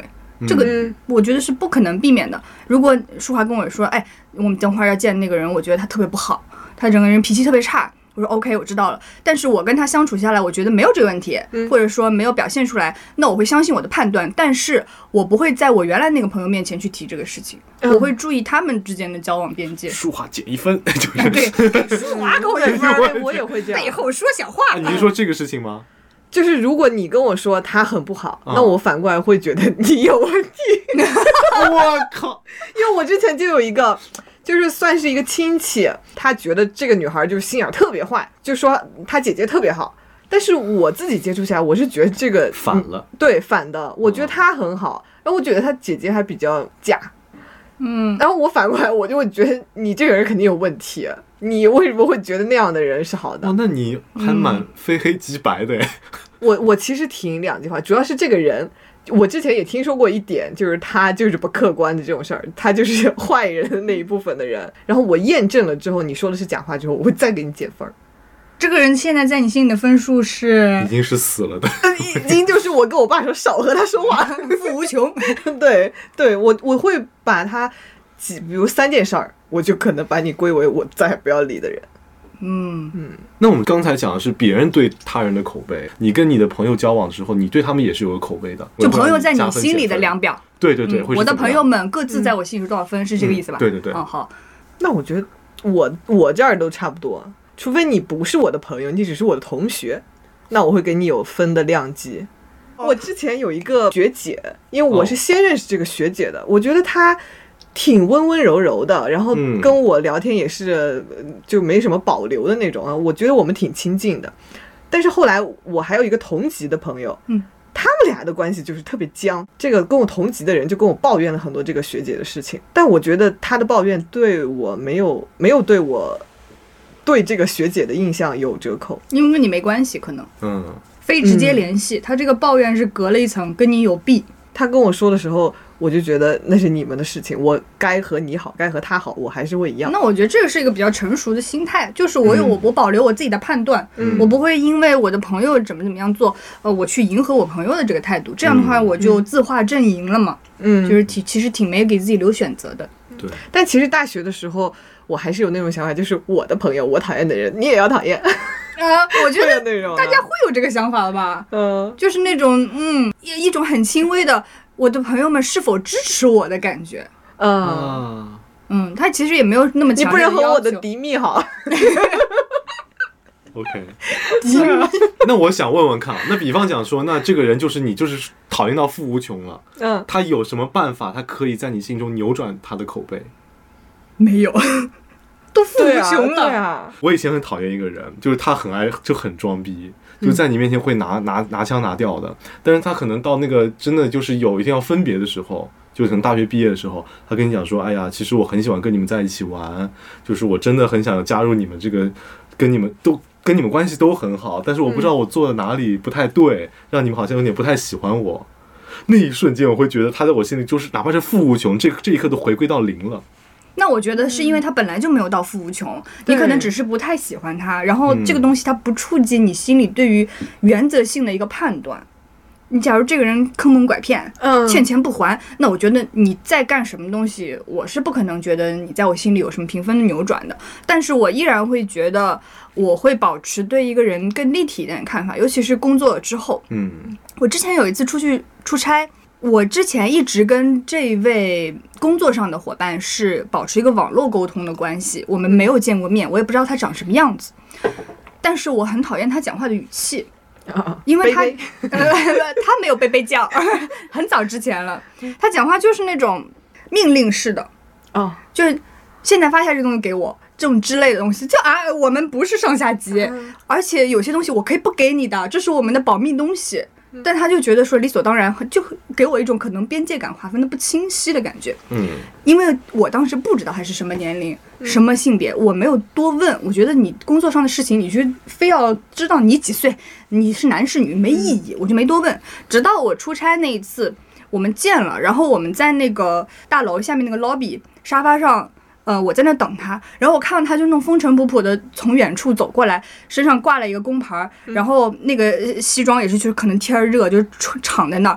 这个我觉得是不可能避免的。如果淑华跟我说，哎，我们等会儿要见那个人，我觉得他特别不好，他整个人脾气特别差，我说 OK， 我知道了。但是我跟他相处下来，我觉得没有这个问题，嗯、或者说没有表现出来，那我会相信我的判断，但是我不会在我原来那个朋友面前去提这个事情，嗯、我会注意他们之间的交往边界。 淑华减一分，就是、 对，淑华扣一分， 我也会这样。 背后说小话， 你是说这个事情吗？ 就是如果你跟我说他很不好，嗯、那我反过来会觉得你有问题。 我靠！ 因为我之前就有一个。就是算是一个亲戚，他觉得这个女孩就是心眼特别坏，就说她姐姐特别好，但是我自己接触下来，我是觉得这个反了， 对反的，我觉得她很好，然后我觉得她姐姐还比较假，嗯，然后我反过来我就会觉得你这个人肯定有问题，你为什么会觉得那样的人是好的？ 哦，那你还蛮非黑即白的耶。嗯、 我我其实挺两极化，主要是这个人。我之前也听说过一点，就是他就是不客观的这种事儿，他就是坏人的那一部分的人。然后我验证了之后，你说的是假话之后，我会再给你减分。 这个人现在在你心里的分数是已经是死了的， 已经就是我跟我爸说少和他说话， 负无穷。 对对，我我会把他几，比如三件事儿，我就可能把你归为我再也不要理的人。 嗯嗯，那我们刚才讲的是别人对他人的口碑，你跟你的朋友交往之后，你对他们也是有个口碑的， 就朋友在你心里的量表。 对对对、嗯， 我的朋友们各自在我心里多少分、嗯、是这个意思吧？ 对对对。 嗯，好。 那我觉得我我这儿都差不多，除非你不是我的朋友，你只是我的同学，那我会给你有分的量级。哦、我之前有一个学姐，因为我是先认识这个学姐的，哦、我觉得她。挺温温柔柔的，然后跟我聊天也是就没什么保留的那种啊，我觉得我们挺亲近的。但是后来我还有一个同级的朋友，嗯，他们俩的关系就是特别僵。这个跟我同级的人就跟我抱怨了很多这个学姐的事情，但我觉得他的抱怨对我没有没有对我对这个学姐的印象有折扣， 因为跟你没关系，可能嗯非直接联系、嗯。他这个抱怨是隔了一层，跟你有弊。 他跟我说的时候。我就觉得那是你们的事情，我该和你好，该和他好，我还是会一样。 那我觉得这个是一个比较成熟的心态，就是我有我、嗯、我保留我自己的判断、嗯，我不会因为我的朋友怎么怎么样做，呃，我去迎合我朋友的这个态度，这样的话我就自画阵营了嘛。嗯，就是挺其实挺没给自己留选择的。 对， 但其实大学的时候，我还是有那种想法，就是我的朋友，我讨厌的人，你也要讨厌。 啊，我觉得大家会有这个想法吧？嗯，就是那种嗯一种很轻微的。我的朋友们是否支持我的感觉？嗯嗯，他其实也没有那么强烈的要求。你不然和我的敌蜜好。 OK， 那我想问问看，那比方讲说，那这个人就是你，就是讨厌到负无穷了。嗯，他有什么办法，他可以在你心中扭转他的口碑？ 没有，都负无穷了。 对啊，对啊。 我以前很讨厌一个人，就是他很爱，就很装逼。就在你面前会拿拿拿枪拿掉的，但是他可能到那个真的就是有一天要分别的时候，就可能大学毕业的时候，他跟你讲说，哎呀，其实我很喜欢跟你们在一起玩，就是我真的很想加入你们这个，跟你们都跟你们关系都很好，但是我不知道我做的哪里不太对，让你们好像有点不太喜欢我。那一瞬间我会觉得他在我心里就是哪怕是负无穷，这这一刻都回归到零了。 那我觉得是因为他本来就没有到负无穷、嗯、你可能只是不太喜欢他，然后这个东西它不触及你心里对于原则性的一个判断。你假如这个人坑蒙拐骗、嗯、欠钱不还，那我觉得你在干什么东西，我是不可能觉得你在我心里有什么评分的扭转的。但是我依然会觉得我会保持对一个人更立体一点的看法，尤其是工作了之后。嗯，我之前有一次出去出差，我之前一直跟这位工作上的伙伴是保持一个网络沟通的关系，我们没有见过面，我也不知道他长什么样子，但是我很讨厌他讲话的语气，因为他贝贝呃他没有贝贝叫，很早之前了，他讲话就是那种命令式的，哦，就是现在发下这个东西给我，这种之类的东西，就啊，我们不是上下级，而且有些东西我可以不给你的，这是我们的保密东西。但他就觉得说理所当然，就给我一种可能边界感划分的不清晰的感觉。嗯，因为我当时不知道他是什么年龄、嗯、什么性别，我没有多问。我觉得你工作上的事情，你去非要知道你几岁，你是男是女没意义，我就没多问。直到我出差那一次，我们见了，然后我们在那个大楼下面那个 lobby 沙发上。呃，我在那等他，然后我看到他就那种风尘仆仆的从远处走过来，身上挂了一个工牌，然后那个西装也是就是可能天热就敞在那儿，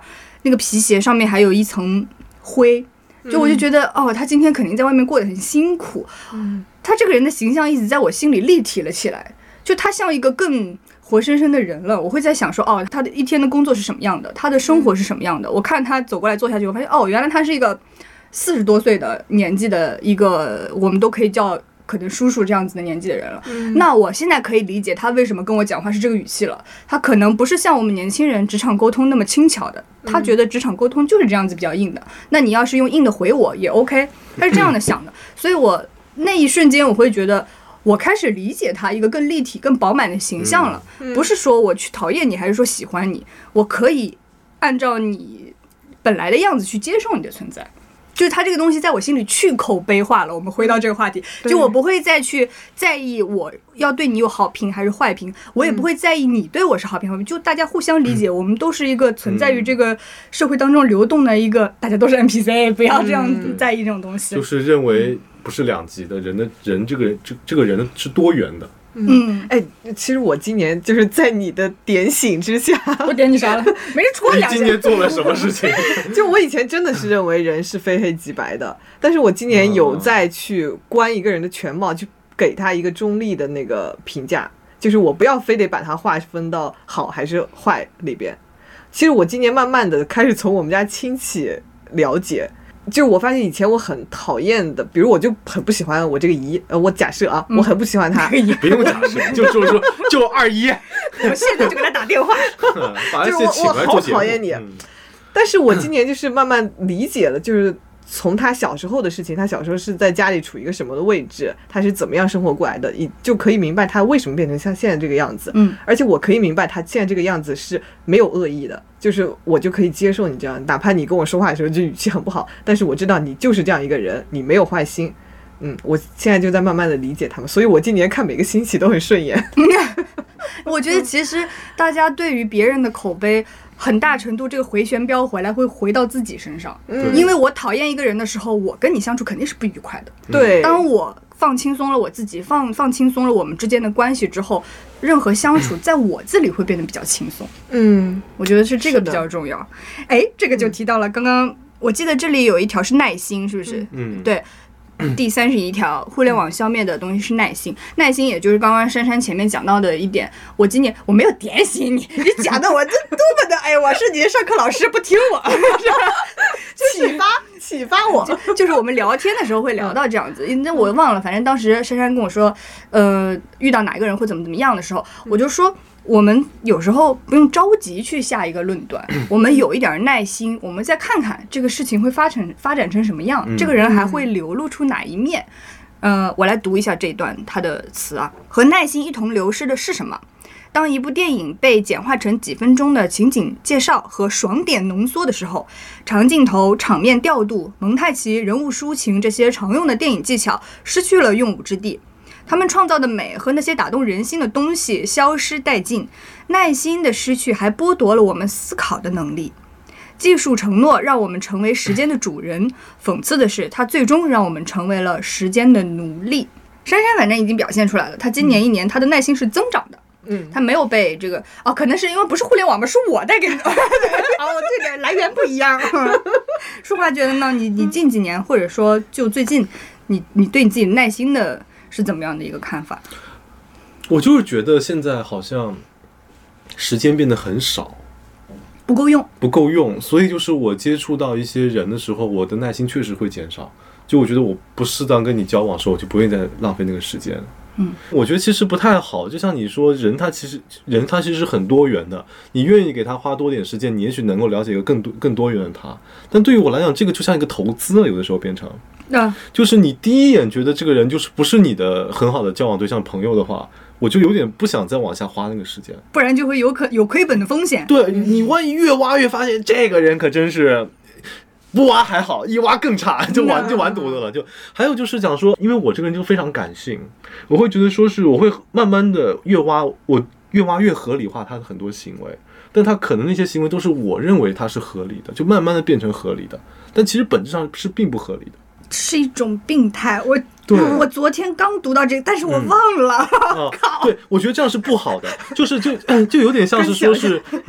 那个皮鞋上面还有一层灰，就我就觉得、嗯、哦，他今天肯定在外面过得很辛苦。嗯，他这个人的形象一直在我心里立体了起来，就他像一个更活生生的人了。我会在想说，哦，他的一天的工作是什么样的，他的生活是什么样的。我看他走过来坐下去，我发现哦，原来他是一个四十多岁的年纪的一个，我们都可以叫可能叔叔这样子的年纪的人了。嗯，那我现在可以理解他为什么跟我讲话是这个语气了。他可能不是像我们年轻人职场沟通那么轻巧的，他觉得职场沟通就是这样子比较硬的。那你要是用硬的回我也 OK， 他是这样的想的。所以我那一瞬间我会觉得，我开始理解他一个更立体、更饱满的形象了。嗯，不是说我去讨厌你，还是说喜欢你，我可以按照你本来的样子去接受你的存在。就是他这个东西在我心里去口碑化了。我们回到这个话题，就我不会再去在意我要对你有好评还是坏评，我也不会在意你对我是好评坏评，就大家互相理解，嗯，我们都是一个存在于这个社会当中流动的一个，大家都是 N P C， 不要这样在意这种东西。 嗯，就是认为不是两极的，人的人这个人这这个人是多元的。 嗯，哎，其实我今年就是在你的点醒之下， 我点你啥了？没人戳两下。 你今年做了什么事情？ 就我以前真的是认为人是非黑即白的，但是我今年有在去观一个人的全貌，去给他一个中立的那个评价，就是我不要非得把它划分到好还是坏里边。其实我今年慢慢的开始从我们家亲戚了解。就我发现以前我很讨厌的，比如我就很不喜欢我这个姨，呃，我假设啊，嗯，我很不喜欢她， 不用假设，就就说就二姨， 我现在就给她打电话， 就是我我好讨厌你，嗯，但是我今年就是慢慢理解了，就是从他小时候的事情，他小时候是在家里处于一个什么的位置，他是怎么样生活过来的，就可以明白他为什么变成像现在这个样子。嗯，而且我可以明白他现在这个样子是没有恶意的，就是我就可以接受你这样，哪怕你跟我说话的时候就语气很不好，但是我知道你就是这样一个人，你没有坏心。嗯，我现在就在慢慢的理解他们，所以我今年看每个星期都很顺眼。 我觉得其实大家对于别人的口碑，很大程度这个回旋镖回来会回到自己身上。嗯，因为我讨厌一个人的时候，我跟你相处肯定是不愉快的。 对， 当我放轻松了我自己，放放轻松了我们之间的关系之后，任何相处在我这里会变得比较轻松。嗯，我觉得是这个比较重要。哎，这个就提到了刚刚，我记得这里有一条是耐心，是不是？嗯，对。第三十一条，互联网消灭的东西是耐心。耐心也就是刚刚珊珊前面讲到的一点。我今年我没有点醒你，你讲的我这多么的哎，我是你的上课老师，不听我，是吧？ 就是启发启发我， 就就是我们聊天的时候会聊到这样子。那我忘了，反正当时珊珊跟我说，呃，遇到哪个人会怎么怎么样的时候，我就说。我们有时候不用着急去下一个论断，我们有一点耐心，我们再看看这个事情会发成发展成什么样，这个人还会流露出哪一面。呃，我来读一下这一段他的词啊，和耐心一同流失的是什么？当一部电影被简化成几分钟的情景介绍和爽点浓缩的时候，长镜头、场面调度、蒙太奇、人物抒情这些常用的电影技巧失去了用武之地。他们创造的美和那些打动人心的东西消失殆尽，耐心的失去还剥夺了我们思考的能力。技术承诺让我们成为时间的主人，讽刺的是，它最终让我们成为了时间的奴隶。珊珊反正已经表现出来了，她今年一年她的耐心是增长的。嗯，他没有被这个哦，可能是因为不是互联网吧，是我带给你的。哦，这个来源不一样。舒华觉得呢？你你近几年或者说就最近，你你对你自己耐心的是怎么样的一个看法？ 我就是觉得现在好像时间变得很少， 不够用， 不够用，所以就是我接触到一些人的时候，我的耐心确实会减少。就我觉得我不适当跟你交往的时候，我就不会再浪费那个时间。嗯，我觉得其实不太好。就像你说，人他其实人他其实是很多元的，你愿意给他花多点时间，你也许能够了解一个更多更多元的他。但对于我来讲，这个就像一个投资了，有的时候变成，啊，就是你第一眼觉得这个人就是不是你的很好的交往对象朋友的话，我就有点不想再往下花那个时间， 不然就会有可有亏本的风险。 对，你万一越挖越发现这个人可真是。不挖还好，一挖更差，就完就完犊子了。就还有就是讲说，因为我这个人就非常感性，我会觉得说是我会慢慢的越挖，我越挖越合理化他的很多行为，但他可能那些行为都是我认为他是合理的，就慢慢的变成合理的，但其实本质上是并不合理的， 是一种病态。我对我昨天刚读到这个，但是我忘了。 嗯啊、对，我觉得这样是不好的，就是就就有点像是说是你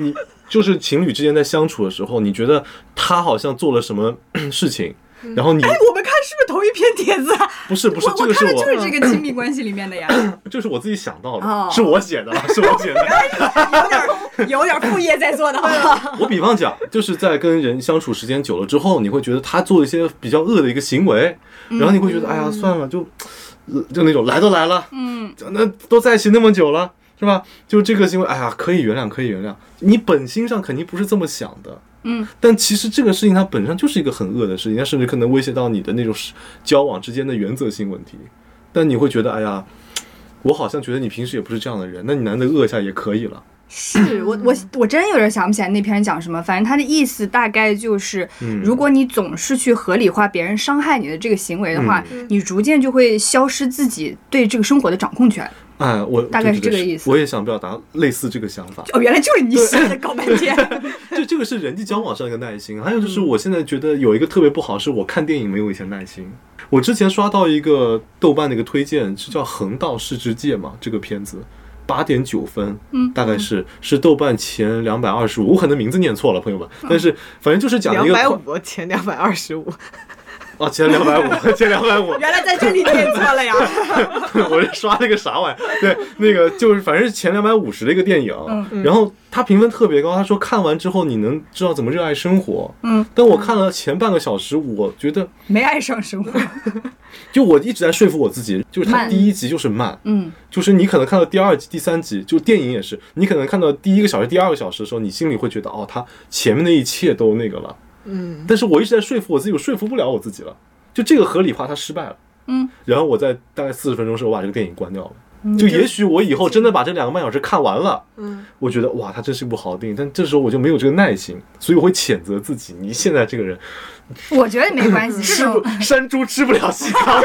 就是情侣之间在相处的时候，你觉得他好像做了什么事情，然后你哎，我们看是不是同一篇帖子啊？ 不是不是， 我这个是我我看的就是这个亲密关系里面的呀， 这是我自己想到的， 哦、 是我写的，是我写的， 有点有点副业在做的哈。 我比方讲，就是在跟人相处时间久了之后，你会觉得他做一些比较恶的一个行为，然后你会觉得，嗯、哎呀，算了，就就那种来都来了，嗯，那都在一起那么久了。是吧？就这个行为，哎呀，可以原谅，可以原谅。你本心上肯定不是这么想的，嗯。但其实这个事情它本身就是一个很恶的事情，它甚至可能威胁到你的那种交往之间的原则性问题。但你会觉得，哎呀，我好像觉得你平时也不是这样的人，那你难得恶一下也可以了。 是我我我真有点想不起来那篇讲什么，反正他的意思大概就是， 嗯、 如果你总是去合理化别人伤害你的这个行为的话，嗯、你逐渐就会消失自己对这个生活的掌控权。 哎，我大概是这个意思。 我也想表达类似这个想法。 哦，原来就是你写的，搞半天。 就这个是人际交往上的一个耐心，还有就是我现在觉得有一个特别不好，是我看电影没有以前耐心。我之前刷到一个豆瓣的一个推荐，是叫《横道世之介》嘛，这个片子八点九分，嗯，大概是是豆瓣前两百二十五，我可能名字念错了，朋友们，但是反正就是讲一个两百五前两百二十五。 哦，前两百五，前两百五， 原来在这里念错了呀！ 我是刷那个啥玩意儿？对，那个就是反正是前两百五十的一个电影，嗯、然后他评分特别高，他说看完之后你能知道怎么热爱生活。嗯，但我看了前半个小时，我觉得没爱上生活。 就我一直在说服我自己，就是他第一集就是慢，嗯，就是你可能看到第二集、第三集，就电影也是，你可能看到第一个小时、第二个小时的时候，你心里会觉得哦，他前面的一切都那个了。嗯，但是我一直在说服我自己，我说服不了我自己了，就这个合理化它失败了，嗯，然后我在大概四十分钟的时候我把这个电影关掉了，嗯、就也许我以后真的把这两个半小时看完了，嗯，我觉得哇，它真是一部好电影，但这时候我就没有这个耐心，所以我会谴责自己，你现在这个人， 我觉得没关系， 吃不山猪吃不了细糠，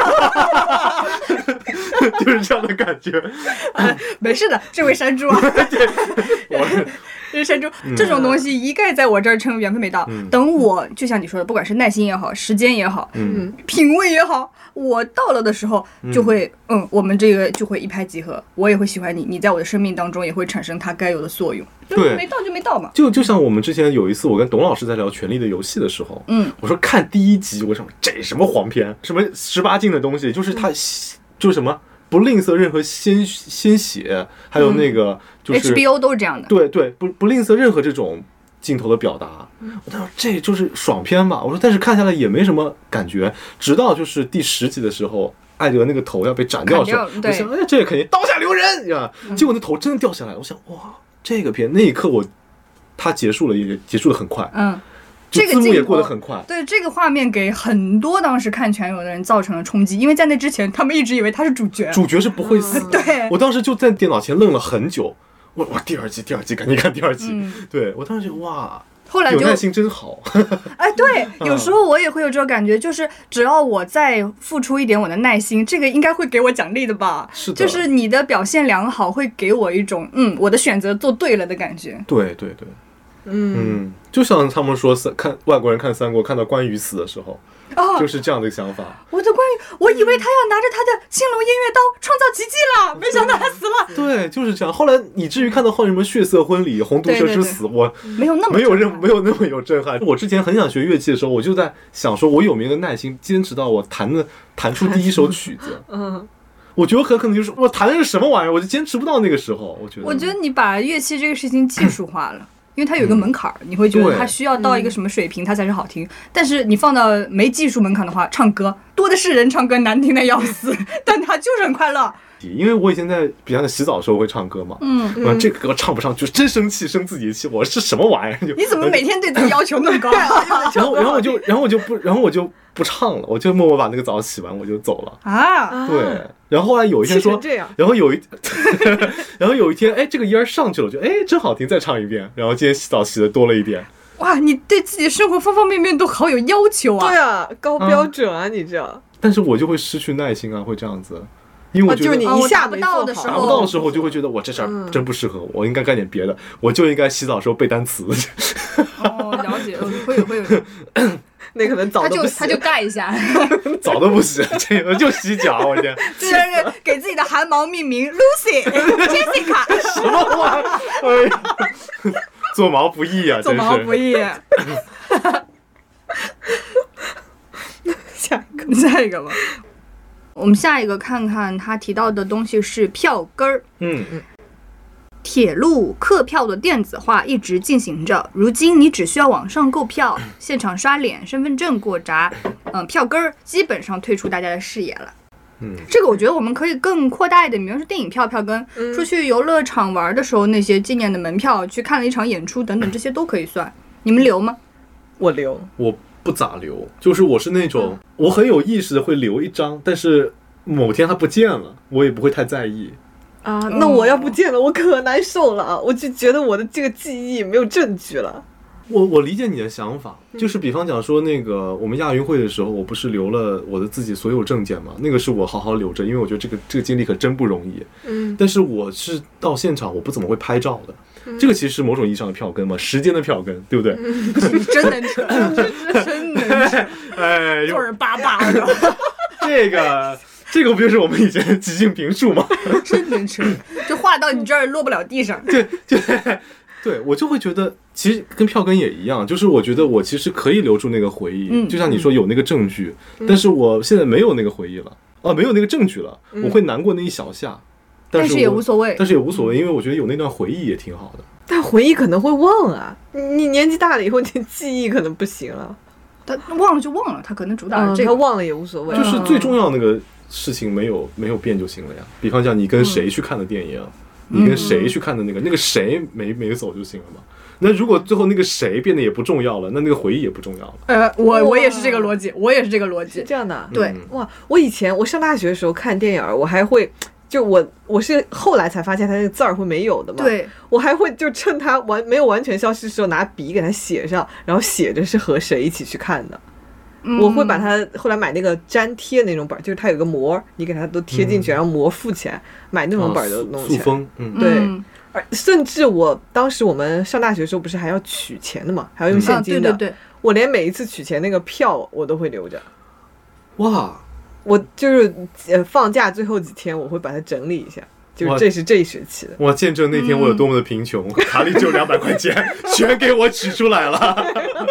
就是这样的感觉， 呃、没事的，这位山猪啊，对，我。这山猪这种东西一概在我这儿称缘分没到，嗯、等我就像你说的，不管是耐心也好，时间也好，嗯，品味也好，我到了的时候就会，嗯，嗯我们这个就会一拍即合，我也会喜欢你，你在我的生命当中也会产生它该有的作用。 对， 没到就没到嘛。 就就像我们之前有一次，我跟董老师在聊《权力的游戏》的时候，嗯，我说看第一集，我想这什么黄片，什么十八禁的东西，就是它，嗯、就是什么。不吝啬任何鲜鲜血，还有那个就是、 嗯、H B O 都是这样的。 对对，不不吝啬任何这种镜头的表达。嗯、我当时这就是爽片吧，我说，但是看下来也没什么感觉，直到就是第十集的时候，艾德那个头要被斩掉的时候，我想，哎，这个肯定刀下留人呀！嗯、结果那头真的掉下来，我想，哇，这个片那一刻我，它结束了，也结束的很快。嗯。 这个字幕也过得很快， 对这个画面给很多当时看全游的人造成了冲击，因为在那之前他们一直以为他是主角， 主角是不会死的。 嗯、对， 我当时就在电脑前愣了很久，我我第二集第二集赶紧看第二集，嗯、对我当时就哇， 后来就有耐心真好。 哎，对，有时候我也会有这种感觉，就是只要我再付出一点我的耐心，这个应该会给我奖励的吧？ 是的， 就是你的表现良好，会给我一种嗯，我的选择做对了的感觉。 对对对。嗯嗯，就像他们说三看外国人看三国看到关羽死的时候，哦，就是这样的想法。 我的关羽，我以为他要拿着他的青龙偃月刀创造奇迹了，没想到他死了。 对，就是这样。后来以至于看到后什么血色婚礼、红毒蛇之死， 对对对我没有那么没有任没有那么有震撼。我之前很想学乐器的时候，我就在想说，我有没有耐心坚持到我弹的弹出第一首曲子？嗯。我觉得很可能就是我弹的是什么玩意儿，我就坚持不到那个时候。我觉得， 我觉得你把乐器这个事情技术化了。因为它有一个门槛，嗯、你会觉得它需要到一个什么水平，它才是好听。但是你放到没技术门槛的话，唱歌多的是人唱歌难听的要死，但它就是很快乐。 因为我以前在比方洗澡的时候会唱歌嘛，嗯，嗯这个歌唱不上去，真生气，生自己的气，我是什么玩意儿？ 你怎么每天对自己要求那么高？ 然后，然后我就，然后我就不，然后我就不唱了，我就默默把那个澡洗完，我就走了。啊，对。然后后来有一天说，然后有一，然后有一天，哎，这个音儿上去了，我就哎真好听，再唱一遍。然后今天洗澡洗的多了一点。 哇，你对自己生活方方面面都好有要求啊！ 对啊，高标准啊，嗯、你这样。 但是我就会失去耐心啊，会这样子。因为我觉得、 哦、就你一下不到的时候， 达不到的时候，就会觉得我这事儿真不适合我，我应该干点别的，我就应该洗澡的时候背单词。 哦，了解，会有会有。 那可能早都不洗， 他就他就盖一下， 早都不洗，这个就洗脚，我天！ 就是给自己的汗毛命名 Lucy、Jessica， 什么玩意儿？ 做毛不易啊， 做毛不易。 下一个， 下一个吧。我们下一个看看他提到的东西是票根儿。 嗯嗯。 铁路客票的电子化一直进行着，如今你只需要网上购票，现场刷脸、身份证过闸，嗯，票根儿基本上退出大家的视野了。 嗯， 这个我觉得我们可以更扩大一点，比如说电影票票根，嗯、出去游乐场玩的时候那些纪念的门票，去看了一场演出等等，这些都可以算。你们留吗？ 我留， 我不咋留，就是我是那种、嗯、我很有意识的会留一张，但是某天它不见了，我也不会太在意。 啊，那我要不见了，我可难受了，我就觉得我的这个记忆没有证据了。 我我理解你的想法，就是比方讲说那个我们亚运会的时候，我不是留了我的自己所有证件嘛？那个是我好好留着，因为我觉得这个这个经历可真不容易。嗯，但是我是到现场我不怎么会拍照的，嗯、这个其实是某种意义上的票根嘛，时间的票根，对不对？ 嗯、真能扯，真能扯， 哎， 就是巴巴的， 这个。这个不就是我们以前的即兴评述吗？ 真能扯，就画到你这儿落不了地上。 对，对，对，我就会觉得，其实跟票根也一样，就是我觉得我其实可以留住那个回忆，嗯、就像你说有那个证据，嗯、但是我现在没有那个回忆了，啊，没有那个证据了，嗯、我会难过那一小下，但是, 但是也无所谓， 但是也无所谓，因为我觉得有那段回忆也挺好的。 但回忆可能会忘啊，你年纪大了以后，你记忆可能不行了。 他忘了就忘了，他可能主打这个， 嗯、他忘了也无所谓， 就是最重要那个。事情没有没有变就行了呀。比方讲，你跟谁去看的电影，嗯、你跟谁去看的那个，嗯、那个谁没没走就行了嘛。那如果最后那个谁变得也不重要了，那那个回忆也不重要了。 呃，我我也是这个逻辑，我也是这个逻辑， 是这样的。 对， 嗯、哇，我以前我上大学的时候看电影，我还会。就我我是后来才发现他那个字儿会没有的嘛， 对， 我还会就趁他完没有完全消失的时候拿笔给他写上，然后写着是和谁一起去看的。嗯、我会把它后来买那个粘贴那种本，就是它有个膜，你给它都贴进去，嗯、然后膜附起来，买那种本都弄起来。 塑封，嗯， 对。嗯、而甚至我当时我们上大学的时候不是还要取钱的嘛，还要用现金的。 嗯啊、对对对。 我连每一次取钱那个票我都会留着。 哇！ 我就是呃放假最后几天我会把它整理一下。就是这是这一学期的， 我见证那天我有多么的贫穷，嗯、卡里只有两百块钱，全给我取出来了。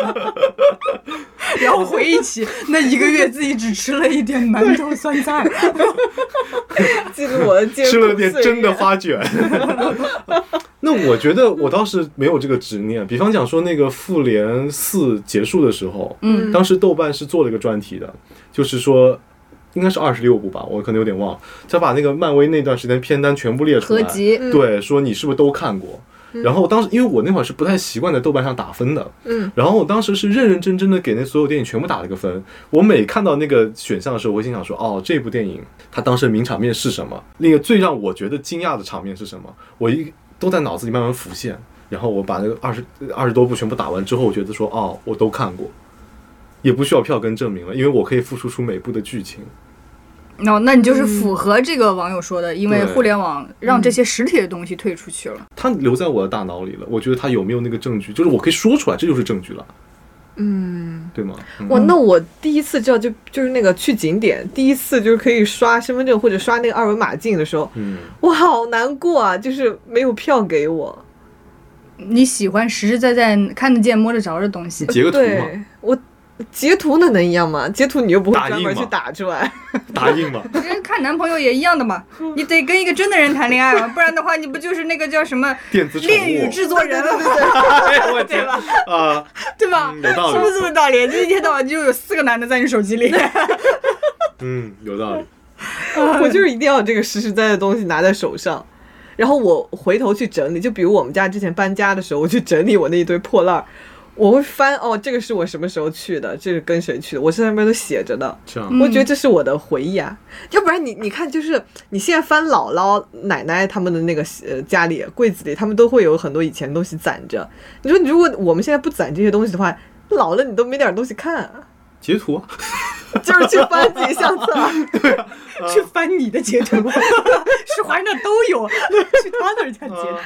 然后回忆起那一个月自己只吃了一点馒头酸菜， 记住我的吃了点真的花卷。那我觉得我倒是没有这个执念，比方讲说那个复联四结束的时候，嗯，当时豆瓣是做了一个专题的，就是说。应该是二十六部吧，我可能有点忘了。他把那个漫威那段时间片单全部列出来， 合集， 对，说你是不是都看过？嗯、然后当时因为我那会儿是不太习惯在豆瓣上打分的，嗯，然后我当时是认认真真的给那所有电影全部打了个分。我每看到那个选项的时候，我会心想说，哦，这部电影它当时的名场面是什么？那个最让我觉得惊讶的场面是什么？我一都在脑子里慢慢浮现。然后我把那个二十二十多部全部打完之后，我觉得说，哦，我都看过。也不需要票根证明了，因为我可以复述出每部的剧情。 哦，那你就是符合这个网友说的，嗯、因为互联网让这些实体的东西退出去了。 它留在我的大脑里了，我觉得它有没有那个证据，就是我可以说出来，这就是证据了。嗯，对吗？嗯、 哇，那我第一次知道就就是那个去景点，第一次就是可以刷身份证或者刷那个二维码进的时候，嗯，我好难过啊，就是没有票给我。 你喜欢实实在在看得见摸得着的东西， 截个图嘛。 对，我。截图那能一样吗？截图你又不会专门去打出来， 打印嘛？ 跟看男朋友也一样的嘛，你得跟一个真的人谈恋爱嘛，不然的话你不就是那个叫什么电子恋与制作人了？ 对对对， 我天吧？啊， 对吧？ 有道理， 是不是这么道理？这一天到晚就有四个男的在你手机里。 嗯，有道理。 我就是一定要有这个实实在在的东西拿在手上，然后我回头去整理。就比如我们家之前搬家的时候，我去整理我那一堆破烂。我会翻哦，这个是我什么时候去的，这是跟谁去的，我这上面都写着的。我觉得这是我的回忆啊。嗯、要不然你你看，就是你现在翻姥姥奶奶他们的那个呃家里柜子里，他们都会有很多以前的东西攒着。你说如果我们现在不攒这些东西的话，老了你都没点东西看啊。 截图啊， 就是去翻自己相册， 对、啊， 去翻你的截图，是华人那都有，去他那儿家截图。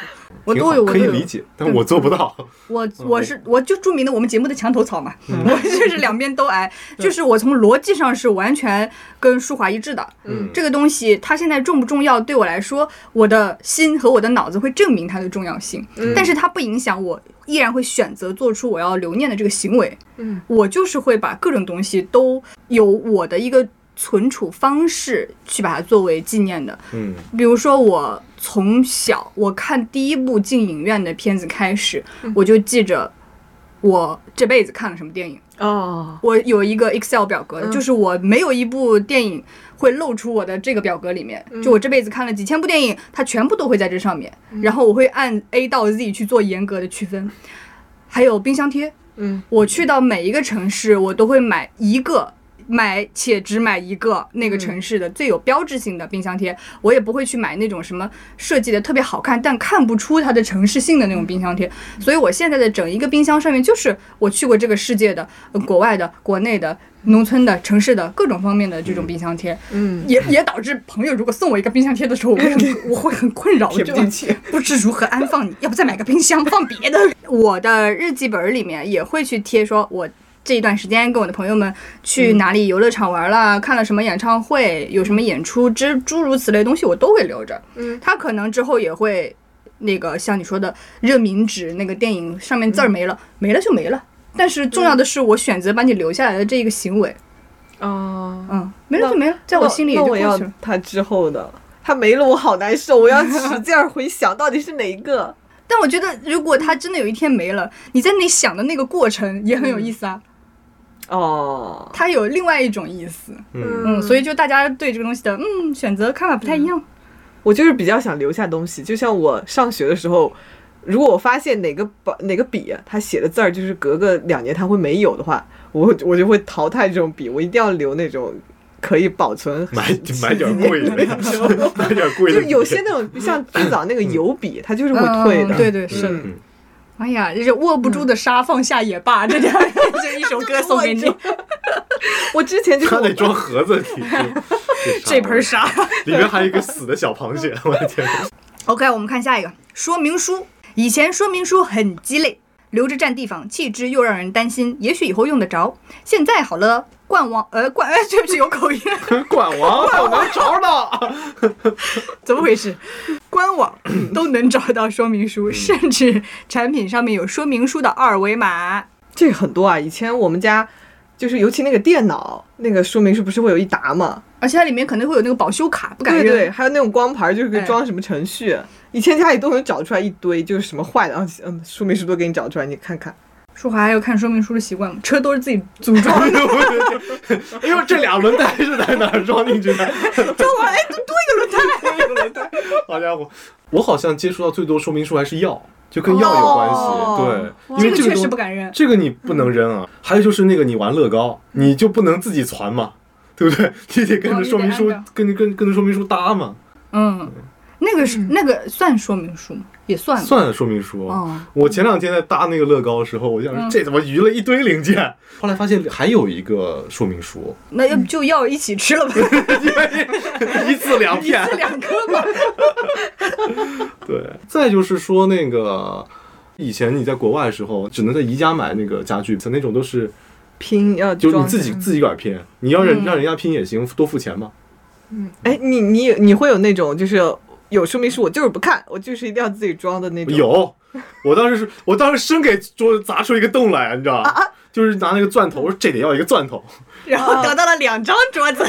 我都有， 可以理解，但我做不到。 我我是我就著名的我们节目的墙头草嘛，嗯、我就是两边都挨，就是我从逻辑上是完全跟舒华一致的。嗯，这个东西它现在重不重要，对我来说，我的心和我的脑子会证明它的重要性，嗯、但是它不影响我，依然会选择做出我要留念的这个行为。嗯，我就是会把各种东西都有我的一个存储方式去把它作为纪念的。嗯，比如说我从小我看第一部进影院的片子开始，嗯、我就记着我这辈子看了什么电影。哦，我有一个 Excel 表格的，嗯、就是我没有一部电影会露出我的这个表格里面，嗯、就我这辈子看了几千部电影，它全部都会在这上面，嗯、然后我会按 A 到 Z 去做严格的区分。还有冰箱贴，嗯，我去到每一个城市，我都会买一个。买且只买一个那个城市的最有标志性的冰箱贴，我也不会去买那种什么设计的特别好看但看不出它的城市性的那种冰箱贴。所以我现在的整一个冰箱上面就是我去过这个世界的、呃、国外的、国内的、农村的、城市的各种方面的这种冰箱贴。嗯，也也导致朋友如果送我一个冰箱贴的时候，我会很我会很困扰， 贴不进去， 不知如何安放你，要不再买个冰箱放别的。我的日记本里面也会去贴说我这一段时间跟我的朋友们去哪里游乐场玩了，嗯、看了什么演唱会，有什么演出之诸如此类东西，我都会留着。嗯，他可能之后也会那个像你说的热敏纸，那个电影上面字儿没了，嗯、没了就没了。但是重要的是我选择把你留下来的这一个行为。哦，嗯，没了就没了，在我心里也就过去了。 那我要他之后的，他没了我好难受，我要使劲回想到底是哪一个。 但我觉得如果他真的有一天没了，你在那里想的那个过程也很有意思啊。嗯哦，它有另外一种意思，嗯, 嗯，所以就大家对这个东西的嗯选择看法不太一样。嗯、 我就是比较想留下东西，就像我上学的时候，如果我发现哪个哪个笔它写的字儿就是隔个两年它会没有的话，我我就会淘汰这种笔，我一定要留那种可以保存买买点贵的，买点贵的， 就有些那种像最早那个油笔，它就是会退的， 嗯、对对是。嗯哎呀，这是握不住的沙，放下也罢，这样这一首歌送给你。 我之前就他得装盒子里， 这盆沙里面还有一个死的小螃蟹，我的天。 OK， 我们看下一个说明书。以前说明书很鸡肋，留着占地方，弃之又让人担心，也许以后用得着。现在好了。冠王呃冠哎，对不起有口音。 冠王都能找到， 怎么回事？官网都能找到说明书，甚至产品上面有说明书的二维码。 这个很多啊！以前我们家就是尤其那个电脑那个说明书不是会有一沓吗？ 而且它里面可能会有那个保修卡，不敢扔。 对对，还有那种光盘，就是可以装什么程序。哎、以前家里都能找出来一堆，就是什么坏的，然后嗯，说明书都给你找出来，你看看。 舒华还有看说明书的习惯吗？车都是自己组装的。 因为这俩轮胎是在哪儿装进去的？ 装完哎，多一个轮胎， 多一个轮胎。好家伙，我好像接触到最多说明书还是药，就跟药有关系。哦、对，因为这个确实不敢扔， 这个你不能扔啊。还有就是那个你玩乐高，你就不能自己传嘛，对不对？你得跟着说明书，哦、跟跟跟着说明书搭嘛。嗯。 那个是、嗯、那个算说明书吗？也算算说明书。哦、我前两天在搭那个乐高的时候，我想说、嗯、这怎么余了一堆零件？后来发现还有一个说明书， 那要就要一起吃了吧？ 一次两片， 一次两颗吧。 对，再就是说那个以前你在国外的时候，只能在宜家买那个家具，那种都是拼要就你自己自己个儿拼，你要人、嗯、让人家拼也行，多付钱嘛。 嗯，哎，你你你会有那种就是。有说明书我就是不看，我就是一定要自己装的那种。 有，我当时是，我当时生给桌子砸出一个洞来，你知道吗？啊啊、就是拿那个钻头，我说这得要一个钻头， 然后得到了两张桌子。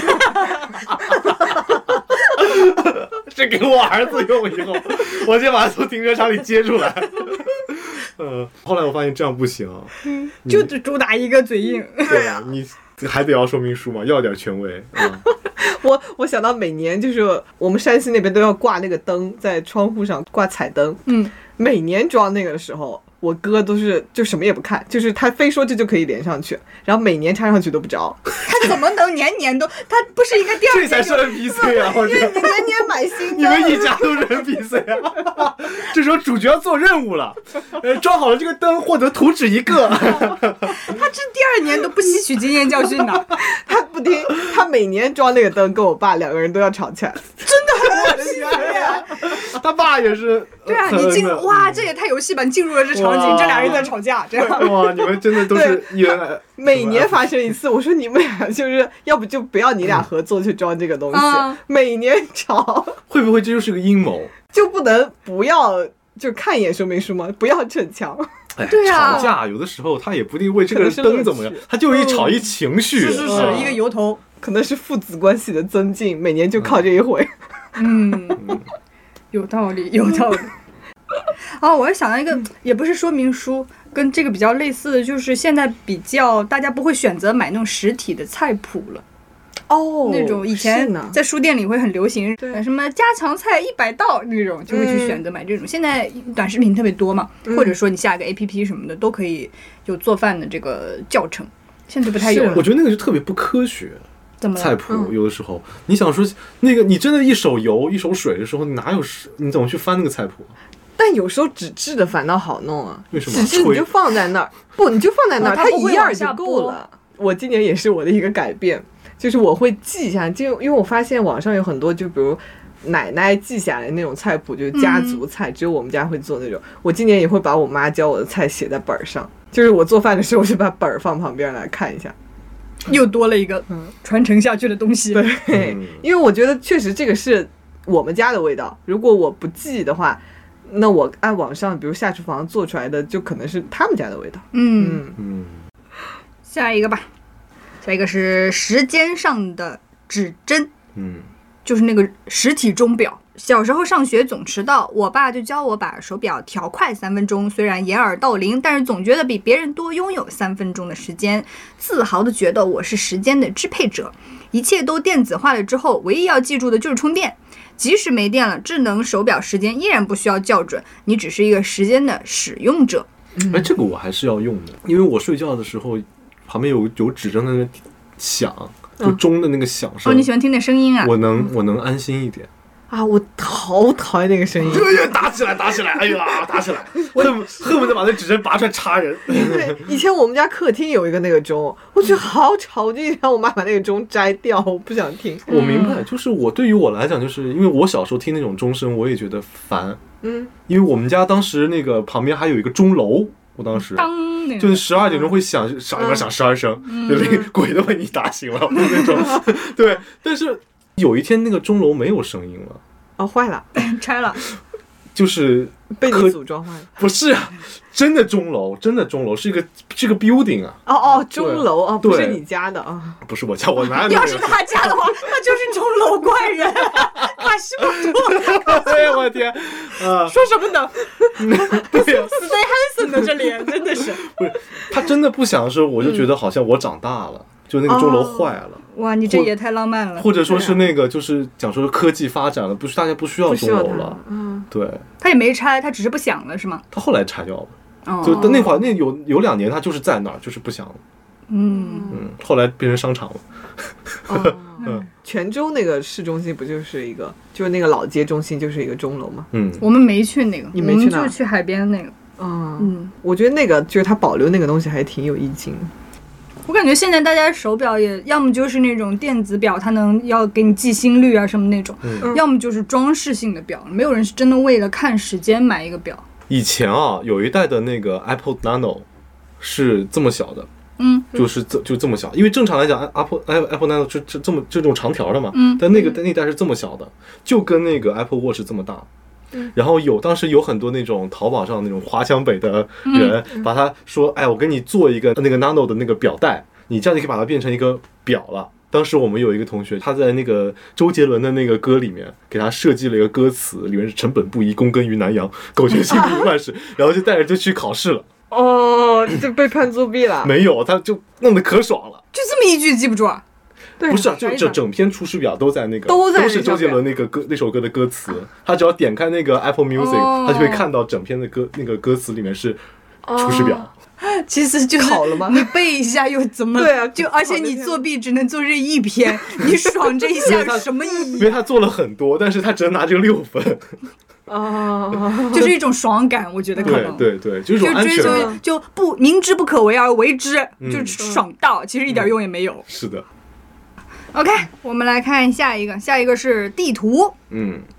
这给我儿子用以后，我先把它从停车场里接出来。呃，后来我发现这样不行， 嗯、就只主打一个嘴硬。 对呀、啊，你还得要说明书嘛，要点权威。嗯我我想到每年就是我们山西那边都要挂那个灯，在窗户上挂彩灯。嗯，每年装那个的时候，我哥都是就什么也不看，就是他非说这就可以连上去，然后每年插上去都不着。 他怎么能年年都？他不是应该第二年？这才是 N P C 啊！我因为你年年买新的， 你们一家都是 N P C 啊！这时候主角要做任务了，呃，装好了这个灯，获得图纸一个。 他这第二年都不吸取经验教训呢， 他不听，他每年装那个灯，跟我爸两个人都要吵起来。 真的很恶心呀！ 他爸也是。 对啊，你进入哇，这也太游戏吧！你进入了这场景，这俩人在吵架，这样哇，你们真的都是原来每年发生一次。我说你们俩就是要不就不要你俩合作去装这个东西，嗯、每年吵， 会不会这就是个阴谋？ 就不能不要就看一眼说明书吗？不要逞强。 哎， 对啊， 吵架有的时候他也不一定为这个灯怎么样，他就一吵一情绪， 是是是、嗯、一个由头， 可能是父子关系的增进，每年就靠这一回。 嗯，有道理，有道理。哦，我还想到一个，也不是说明书，跟这个比较类似的，就是现在比较大家不会选择买那种实体的菜谱了。 哦， 那种以前在书店里会很流行，什么家常菜一百道那种，就会去选择买这种。嗯、现在短视频特别多嘛，嗯、或者说你下个 A P P 什么的，都可以有做饭的这个教程。现在不太有了。 我觉得那个就特别不科学。 怎么菜谱、嗯、有的时候，你想说那个你真的一手油一手水的时候，你哪有你怎么去翻那个菜谱？ 但有时候纸质的反倒好弄啊， 为什么？ 纸质你就放在那儿，不你就放在那儿，哦、它一页就够了。我今年也是我的一个改变。就是我会记一下，就因为我发现网上有很多，就比如奶奶记下来那种菜谱，就是家族菜，嗯、只有我们家会做那种。我今年也会把我妈教我的菜写在本上，就是我做饭的时候，我就把本儿放旁边来看一下， 又多了一个传承下去的东西。 对，嗯、因为我觉得确实这个是我们家的味道，如果我不记的话，那我按网上比如下厨房做出来的，就可能是他们家的味道。 嗯嗯，下一个吧。下一个是时间上的指针， 嗯， 就是那个实体钟表。小时候上学总迟到，我爸就教我把手表调快三分钟，虽然掩耳盗铃，但是总觉得比别人多拥有三分钟的时间，自豪的觉得我是时间的支配者。一切都电子化了之后，唯一要记住的就是充电。即使没电了，智能手表时间依然不需要校准，你只是一个时间的使用者。 哎，这个我还是要用的，因为我睡觉的时候旁边有有指针的那个响，就钟的那个响声。 哦，你喜欢听那声音啊？ 我能，我能安心一点。 啊，我好讨厌那个声音！ 打起来，打起来！哎呀，打起来！恨恨不得把那指针拔出来插人。 对，以前我们家客厅有一个那个钟，我觉得好吵，我就让我妈把那个钟摘掉，我不想听。 我明白，就是我对于我来讲，就是因为我小时候听那种钟声，我也觉得烦。 嗯， 因为我们家当时那个旁边还有一个钟楼。我当时就是十二点钟会响，响一边响十二声，就那个鬼都被你打醒了那种。对，但是有一天那个钟楼没有声音了， 哦，坏了， 拆了， 就是被你组装坏了。 不是啊，真的钟楼，真的钟楼是一个是个 building 啊。 哦哦，钟楼啊，不是你家的啊， 不是我家，我哪有？ 要是他家的话，那就是钟楼怪人。卡西莫多， 哎呀，我的天，啊， 说什么呢？对呀 ，Stay Hansen 的这里真的是， 不是他真的不想的时候，我就觉得好像我长大了，嗯、就那个钟楼坏了。 哦、哇，你这也太浪漫了。 或者说是那个，就是讲说科技发展了，不是大家不需要钟楼了， 嗯， 对。 他也没拆，他只是不响了，是吗？ 他后来拆掉了，哦、就那会儿那有有两年他就是在那儿，就是不响了。 嗯嗯，后来变成商场了。 哦嗯，泉州那个市中心不就是一个，就是那个老街中心就是一个钟楼吗？ 嗯， 我们没去那个， 你没去那， 我们就去海边那个。 嗯嗯，我觉得那个就是它保留那个东西还挺有意境的。 我感觉现在大家手表也要么就是那种电子表，它能要给你记心率啊什么那种， 嗯、 要么就是装饰性的表，没有人是真的为了看时间买一个表。 以前啊，有一代的那个 Apple Nano 是这么小的。 嗯， 就是这就这么小，因为正常来讲 ，Apple Apple Nano 是这这么这种长条的嘛， 嗯， 但那个那代是这么小的，就跟那个 Apple Watch 这么大， 嗯， 然后有当时有很多那种淘宝上那种华强北的人， 嗯、 把他说，哎，我给你做一个那个 Nano 的那个表带，你这样就可以把它变成一个表了。当时我们有一个同学，他在那个周杰伦的那个歌里面给他设计了一个歌词，里面是成本不一，躬耕于南阳，苟全性命于万事，然后就带着就去考试了。 哦，就被判作弊了？ 没有，他就弄得可爽了。 就这么一句记不住啊？ 对， 不是啊，就这整篇出师表都在那个， 都在都是周杰伦那个歌那首歌的歌词。他只要点开那个 Apple Music，、哦、他就会看到整篇的歌那个歌词里面是出师表。 哦、其实就是考了吗？ 你背一下又怎么？ 对啊， 就而且你作弊只能做这一篇，你爽这一下有什么意义？ 因为他做了很多，但是他只能拿这个六分。 哦， 就是一种爽感，我觉得可能对对对，就是就追求就不明知不可为而为之， 嗯、 就爽到，其实一点用也没有。 嗯、是的。 OK， 我们来看下一个，下一个是地图。 嗯，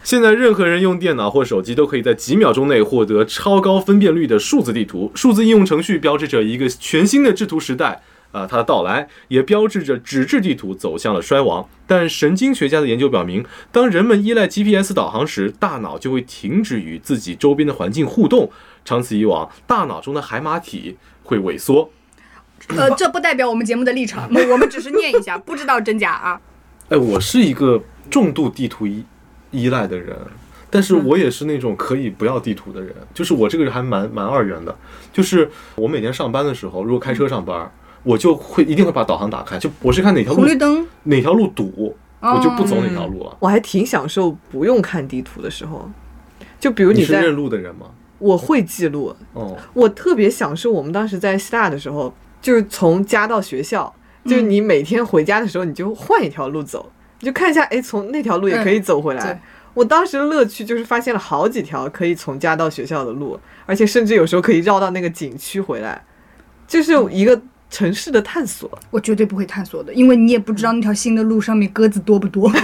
现在任何人用电脑或手机都可以在几秒钟内获得超高分辨率的数字地图。数字应用程序标志着一个全新的制图时代啊，它的到来也标志着纸质地图走向了衰亡。但神经学家的研究表明，当人们依赖 G P S 导航时，大脑就会停止与自己周边的环境互动，长此以往，大脑中的海马体会萎缩。 呃，这不代表我们节目的立场，我们只是念一下，不知道真假啊。 哎，我是一个重度地图依依赖的人，但是我也是那种可以不要地图的人，嗯、就是我这个人还蛮蛮二元的。就是我每天上班的时候，如果开车上班，我就会一定会把导航打开，就我是看哪条路红绿灯哪条路堵，我就不走哪条路了。 我还挺享受不用看地图的时候，就比如你在是认路的人吗？ 我会记录。 哦， 我特别享受我们当时在希腊的时候，就是从家到学校，就是你每天回家的时候，你就换一条路走，你就看一下，哎，从那条路也可以走回来。嗯、我当时的乐趣就是发现了好几条可以从家到学校的路，而且甚至有时候可以绕到那个景区回来，就是一个城市的探索。 我绝对不会探索的，因为你也不知道那条新的路上面鸽子多不多。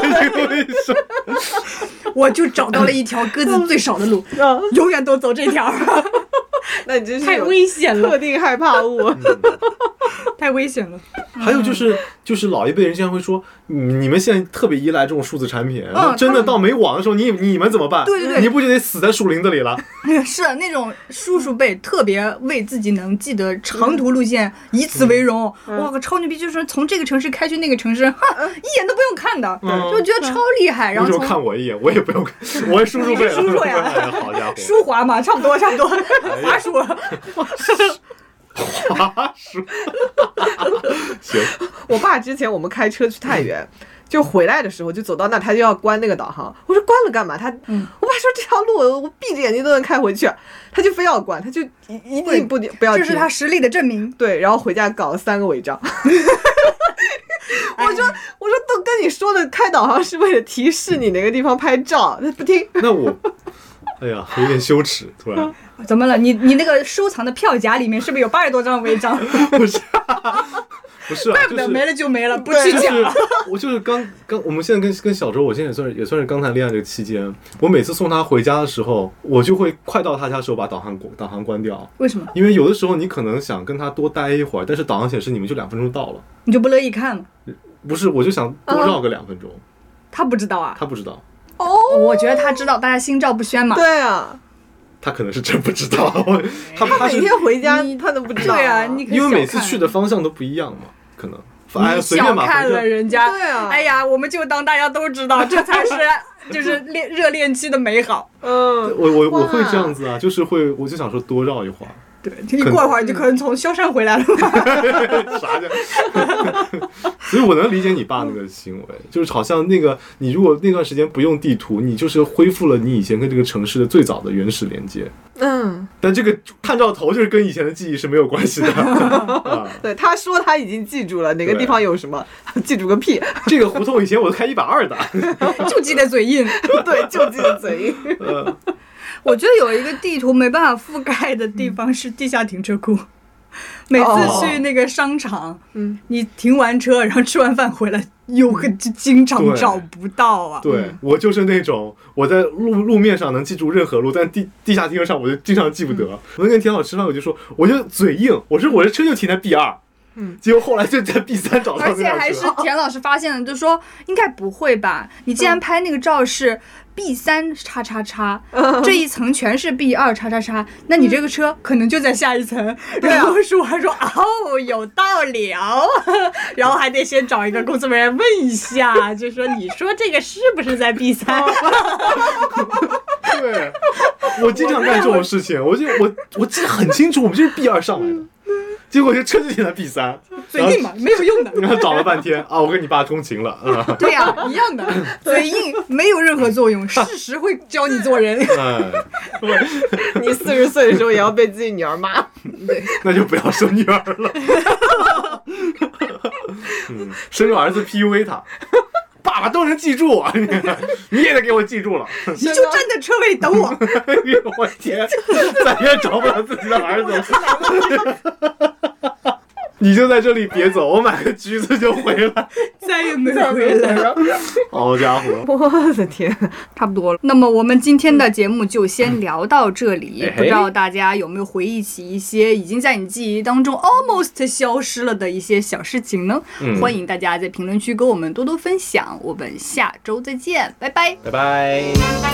我就找到了一条鸽子最少的路，永远都走这条。 那你真是太危险了， 特定害怕物， 太危险了。 还有就是，就是老一辈人经常会说，你们现在特别依赖这种数字产品，嗯、真的到没网的时候，你你们怎么办？ 对对对， 你不就得死在树林子里了？ 是那种叔叔辈特别为自己能记得长途路线以此为荣，哇、嗯，超牛逼！就是从这个城市开去那个城市，哈，一眼都不用看的，嗯、就觉得超厉害。然后就看我一眼，我也不用看，我是叔叔辈了。 叔叔呀， 哎、好家伙， 舒华嘛，差不多差不多，华叔。 华叔，行。 我爸之前我们开车去太原，就回来的时候就走到那，他就要关那个导航。我说关了干嘛？他，嗯、我爸说这条路我闭着眼睛都能开回去，他就非要关，他就一一定不不要停。 这是他实力的证明。 对，然后回家搞了三个违章。我说我说都跟你说的，开导航是为了提示你哪个地方拍照，他不听。 那我。哎呀，有点羞耻，突然。 怎么了？你你那个收藏的票夹里面是不是有八十多张违章？ 不是，不是、啊， 怪不得没了就没了，不去讲。 就是、我就是刚刚，我们现在跟跟小周，我现在也算是也算是刚谈恋爱这个期间，我每次送他回家的时候，我就会快到他家的时候把导航导航关掉。 为什么？ 因为有的时候你可能想跟他多待一会儿，但是导航显示你们就两分钟到了， 你就不乐意看了。 不是，我就想多绕个两分钟、嗯。 他不知道啊？ 他不知道。 哦，我觉得他知道，大家心照不宣嘛。 对啊， 他可能是真不知道。他他每天回家他都不知道。 对啊，你可以因为每次去的方向都不一样嘛，可能。 哎，随便吧，看了人家。 对啊。 哎呀，我们就当大家都知道，这才是就是恋热恋期的美好。 嗯，我我我会这样子啊，就是会，我就想说多绕一会儿。 对，你过一会儿就可能从萧山回来了。 啥的？所以我能理解你爸那个行为，就是好像那个你如果那段时间不用地图，你就是恢复了你以前跟这个城市的最早的原始连接。 嗯， 但这个探照头就是跟以前的记忆是没有关系的。啊、 对，他说他已经记住了哪个地方有什么，记住个屁！ 这个胡同以前我都开一百二的， 就记得嘴硬。 对，就记得嘴硬。 呃我觉得有一个地图没办法覆盖的地方是地下停车库。每次去那个商场，嗯，你停完车，然后吃完饭回来，有个经常找不到啊。 对，嗯、我就是那种我在路路面上能记住任何路，但地地下停车场我就经常记不得。嗯、我跟田老师吃饭，我就说，我就嘴硬，我说我的车就停在 B 二。嗯，结果后来就在 B 三找到那辆车， 而且还是田老师发现的，就说应该不会吧？你既然拍那个照是 B 三叉叉叉，这一层全是 B 二叉叉叉，那你这个车可能就在下一层。然后说还说哦，有道理哦，然后还得先找一个工作人员问一下，就说你说这个是不是在 B 三？ 对，我经常干这种事情，我就我我记得很清楚，我们就是 B 二上来的。结果就车就停在 B 三， 嘴硬嘛，没有用的。 然后找了半天啊，我跟你爸通情了啊。 对呀、啊，一样的，嘴硬没有任何作用，事实会教你做人。 哎， 你四十岁的时候也要被自己女儿骂， 对， 那就不要生女儿了。嗯，生个儿子 P U A 他。爸爸都能记住我，你也得给我记住了。 你就站在车位里等我。 哎呦我天，再也找不到自己的儿子了。 你就在这里别走，我买个橘子就回来， 再也没回来了。 好家伙， 我的天， 差不多了。那么我们今天的节目就先聊到这里，不知道大家有没有回忆起一些已经在你记忆当中 almost 消失了的一些小事情呢？嗯、欢迎大家在评论区跟我们多多分享。我们下周再见，拜拜， 拜拜。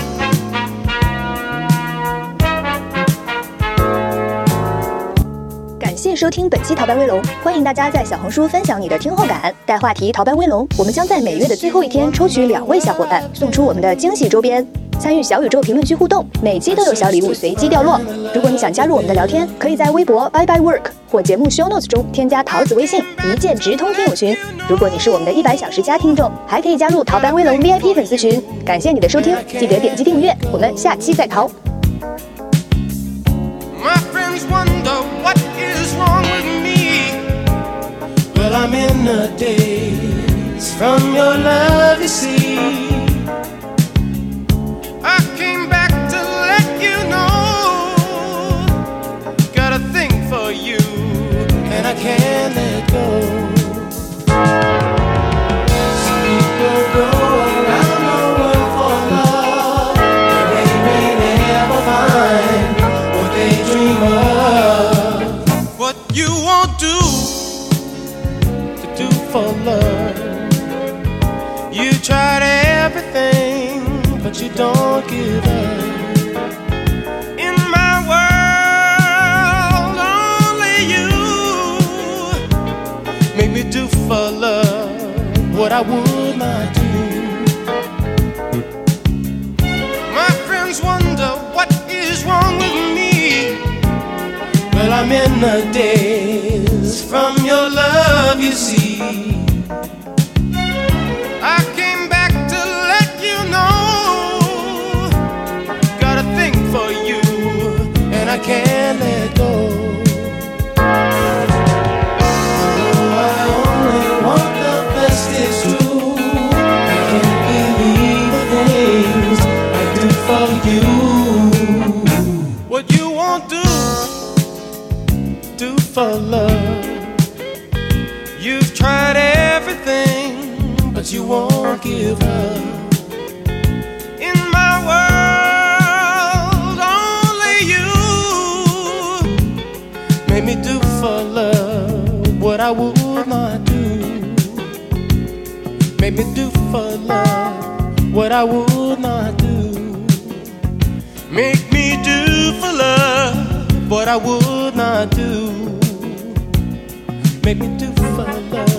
感谢收听本期逃班威龙，欢迎大家在小红书分享你的听后感，带话题逃班威龙，我们将在每月的最后一天抽取两位小伙伴，送出我们的惊喜周边。参与小宇宙评论区互动，每期都有小礼物随机掉落。如果你想加入我们的聊天，可以在微博 Bye Bye Work 或节目 Show Notes 中添加桃子微信，一键直通听友群。如果你是我们的一百小时加听众，还可以加入逃班威龙 V I P 粉丝群。感谢你的收听，记得点击订阅，我们下期再逃。 My friends wonder what is wrong with me. Well, I'm in a daze from your love, you see. I came back to let you know. Got a thing for you, and I can't let go. Some people go around the world for love, but they may never find what they dream of. What you won't do to do for love. You tried everything, but you don't give up. In my world, only you make me do for love what I would not do. My friends wonder what is wrong with me. Well, I'm in a daze from your love, you see. I came back to let you know. Got a thing for you, and I can't let go. Although I only want the best, it's true. I can't believe the things I do for you. What you won't do, do for love. You've tried everything, but you won't give up. In my world, only you made me do for love what I would not do. Made me do for love what I would not do. Make me do for love what I would not do. Make me do for love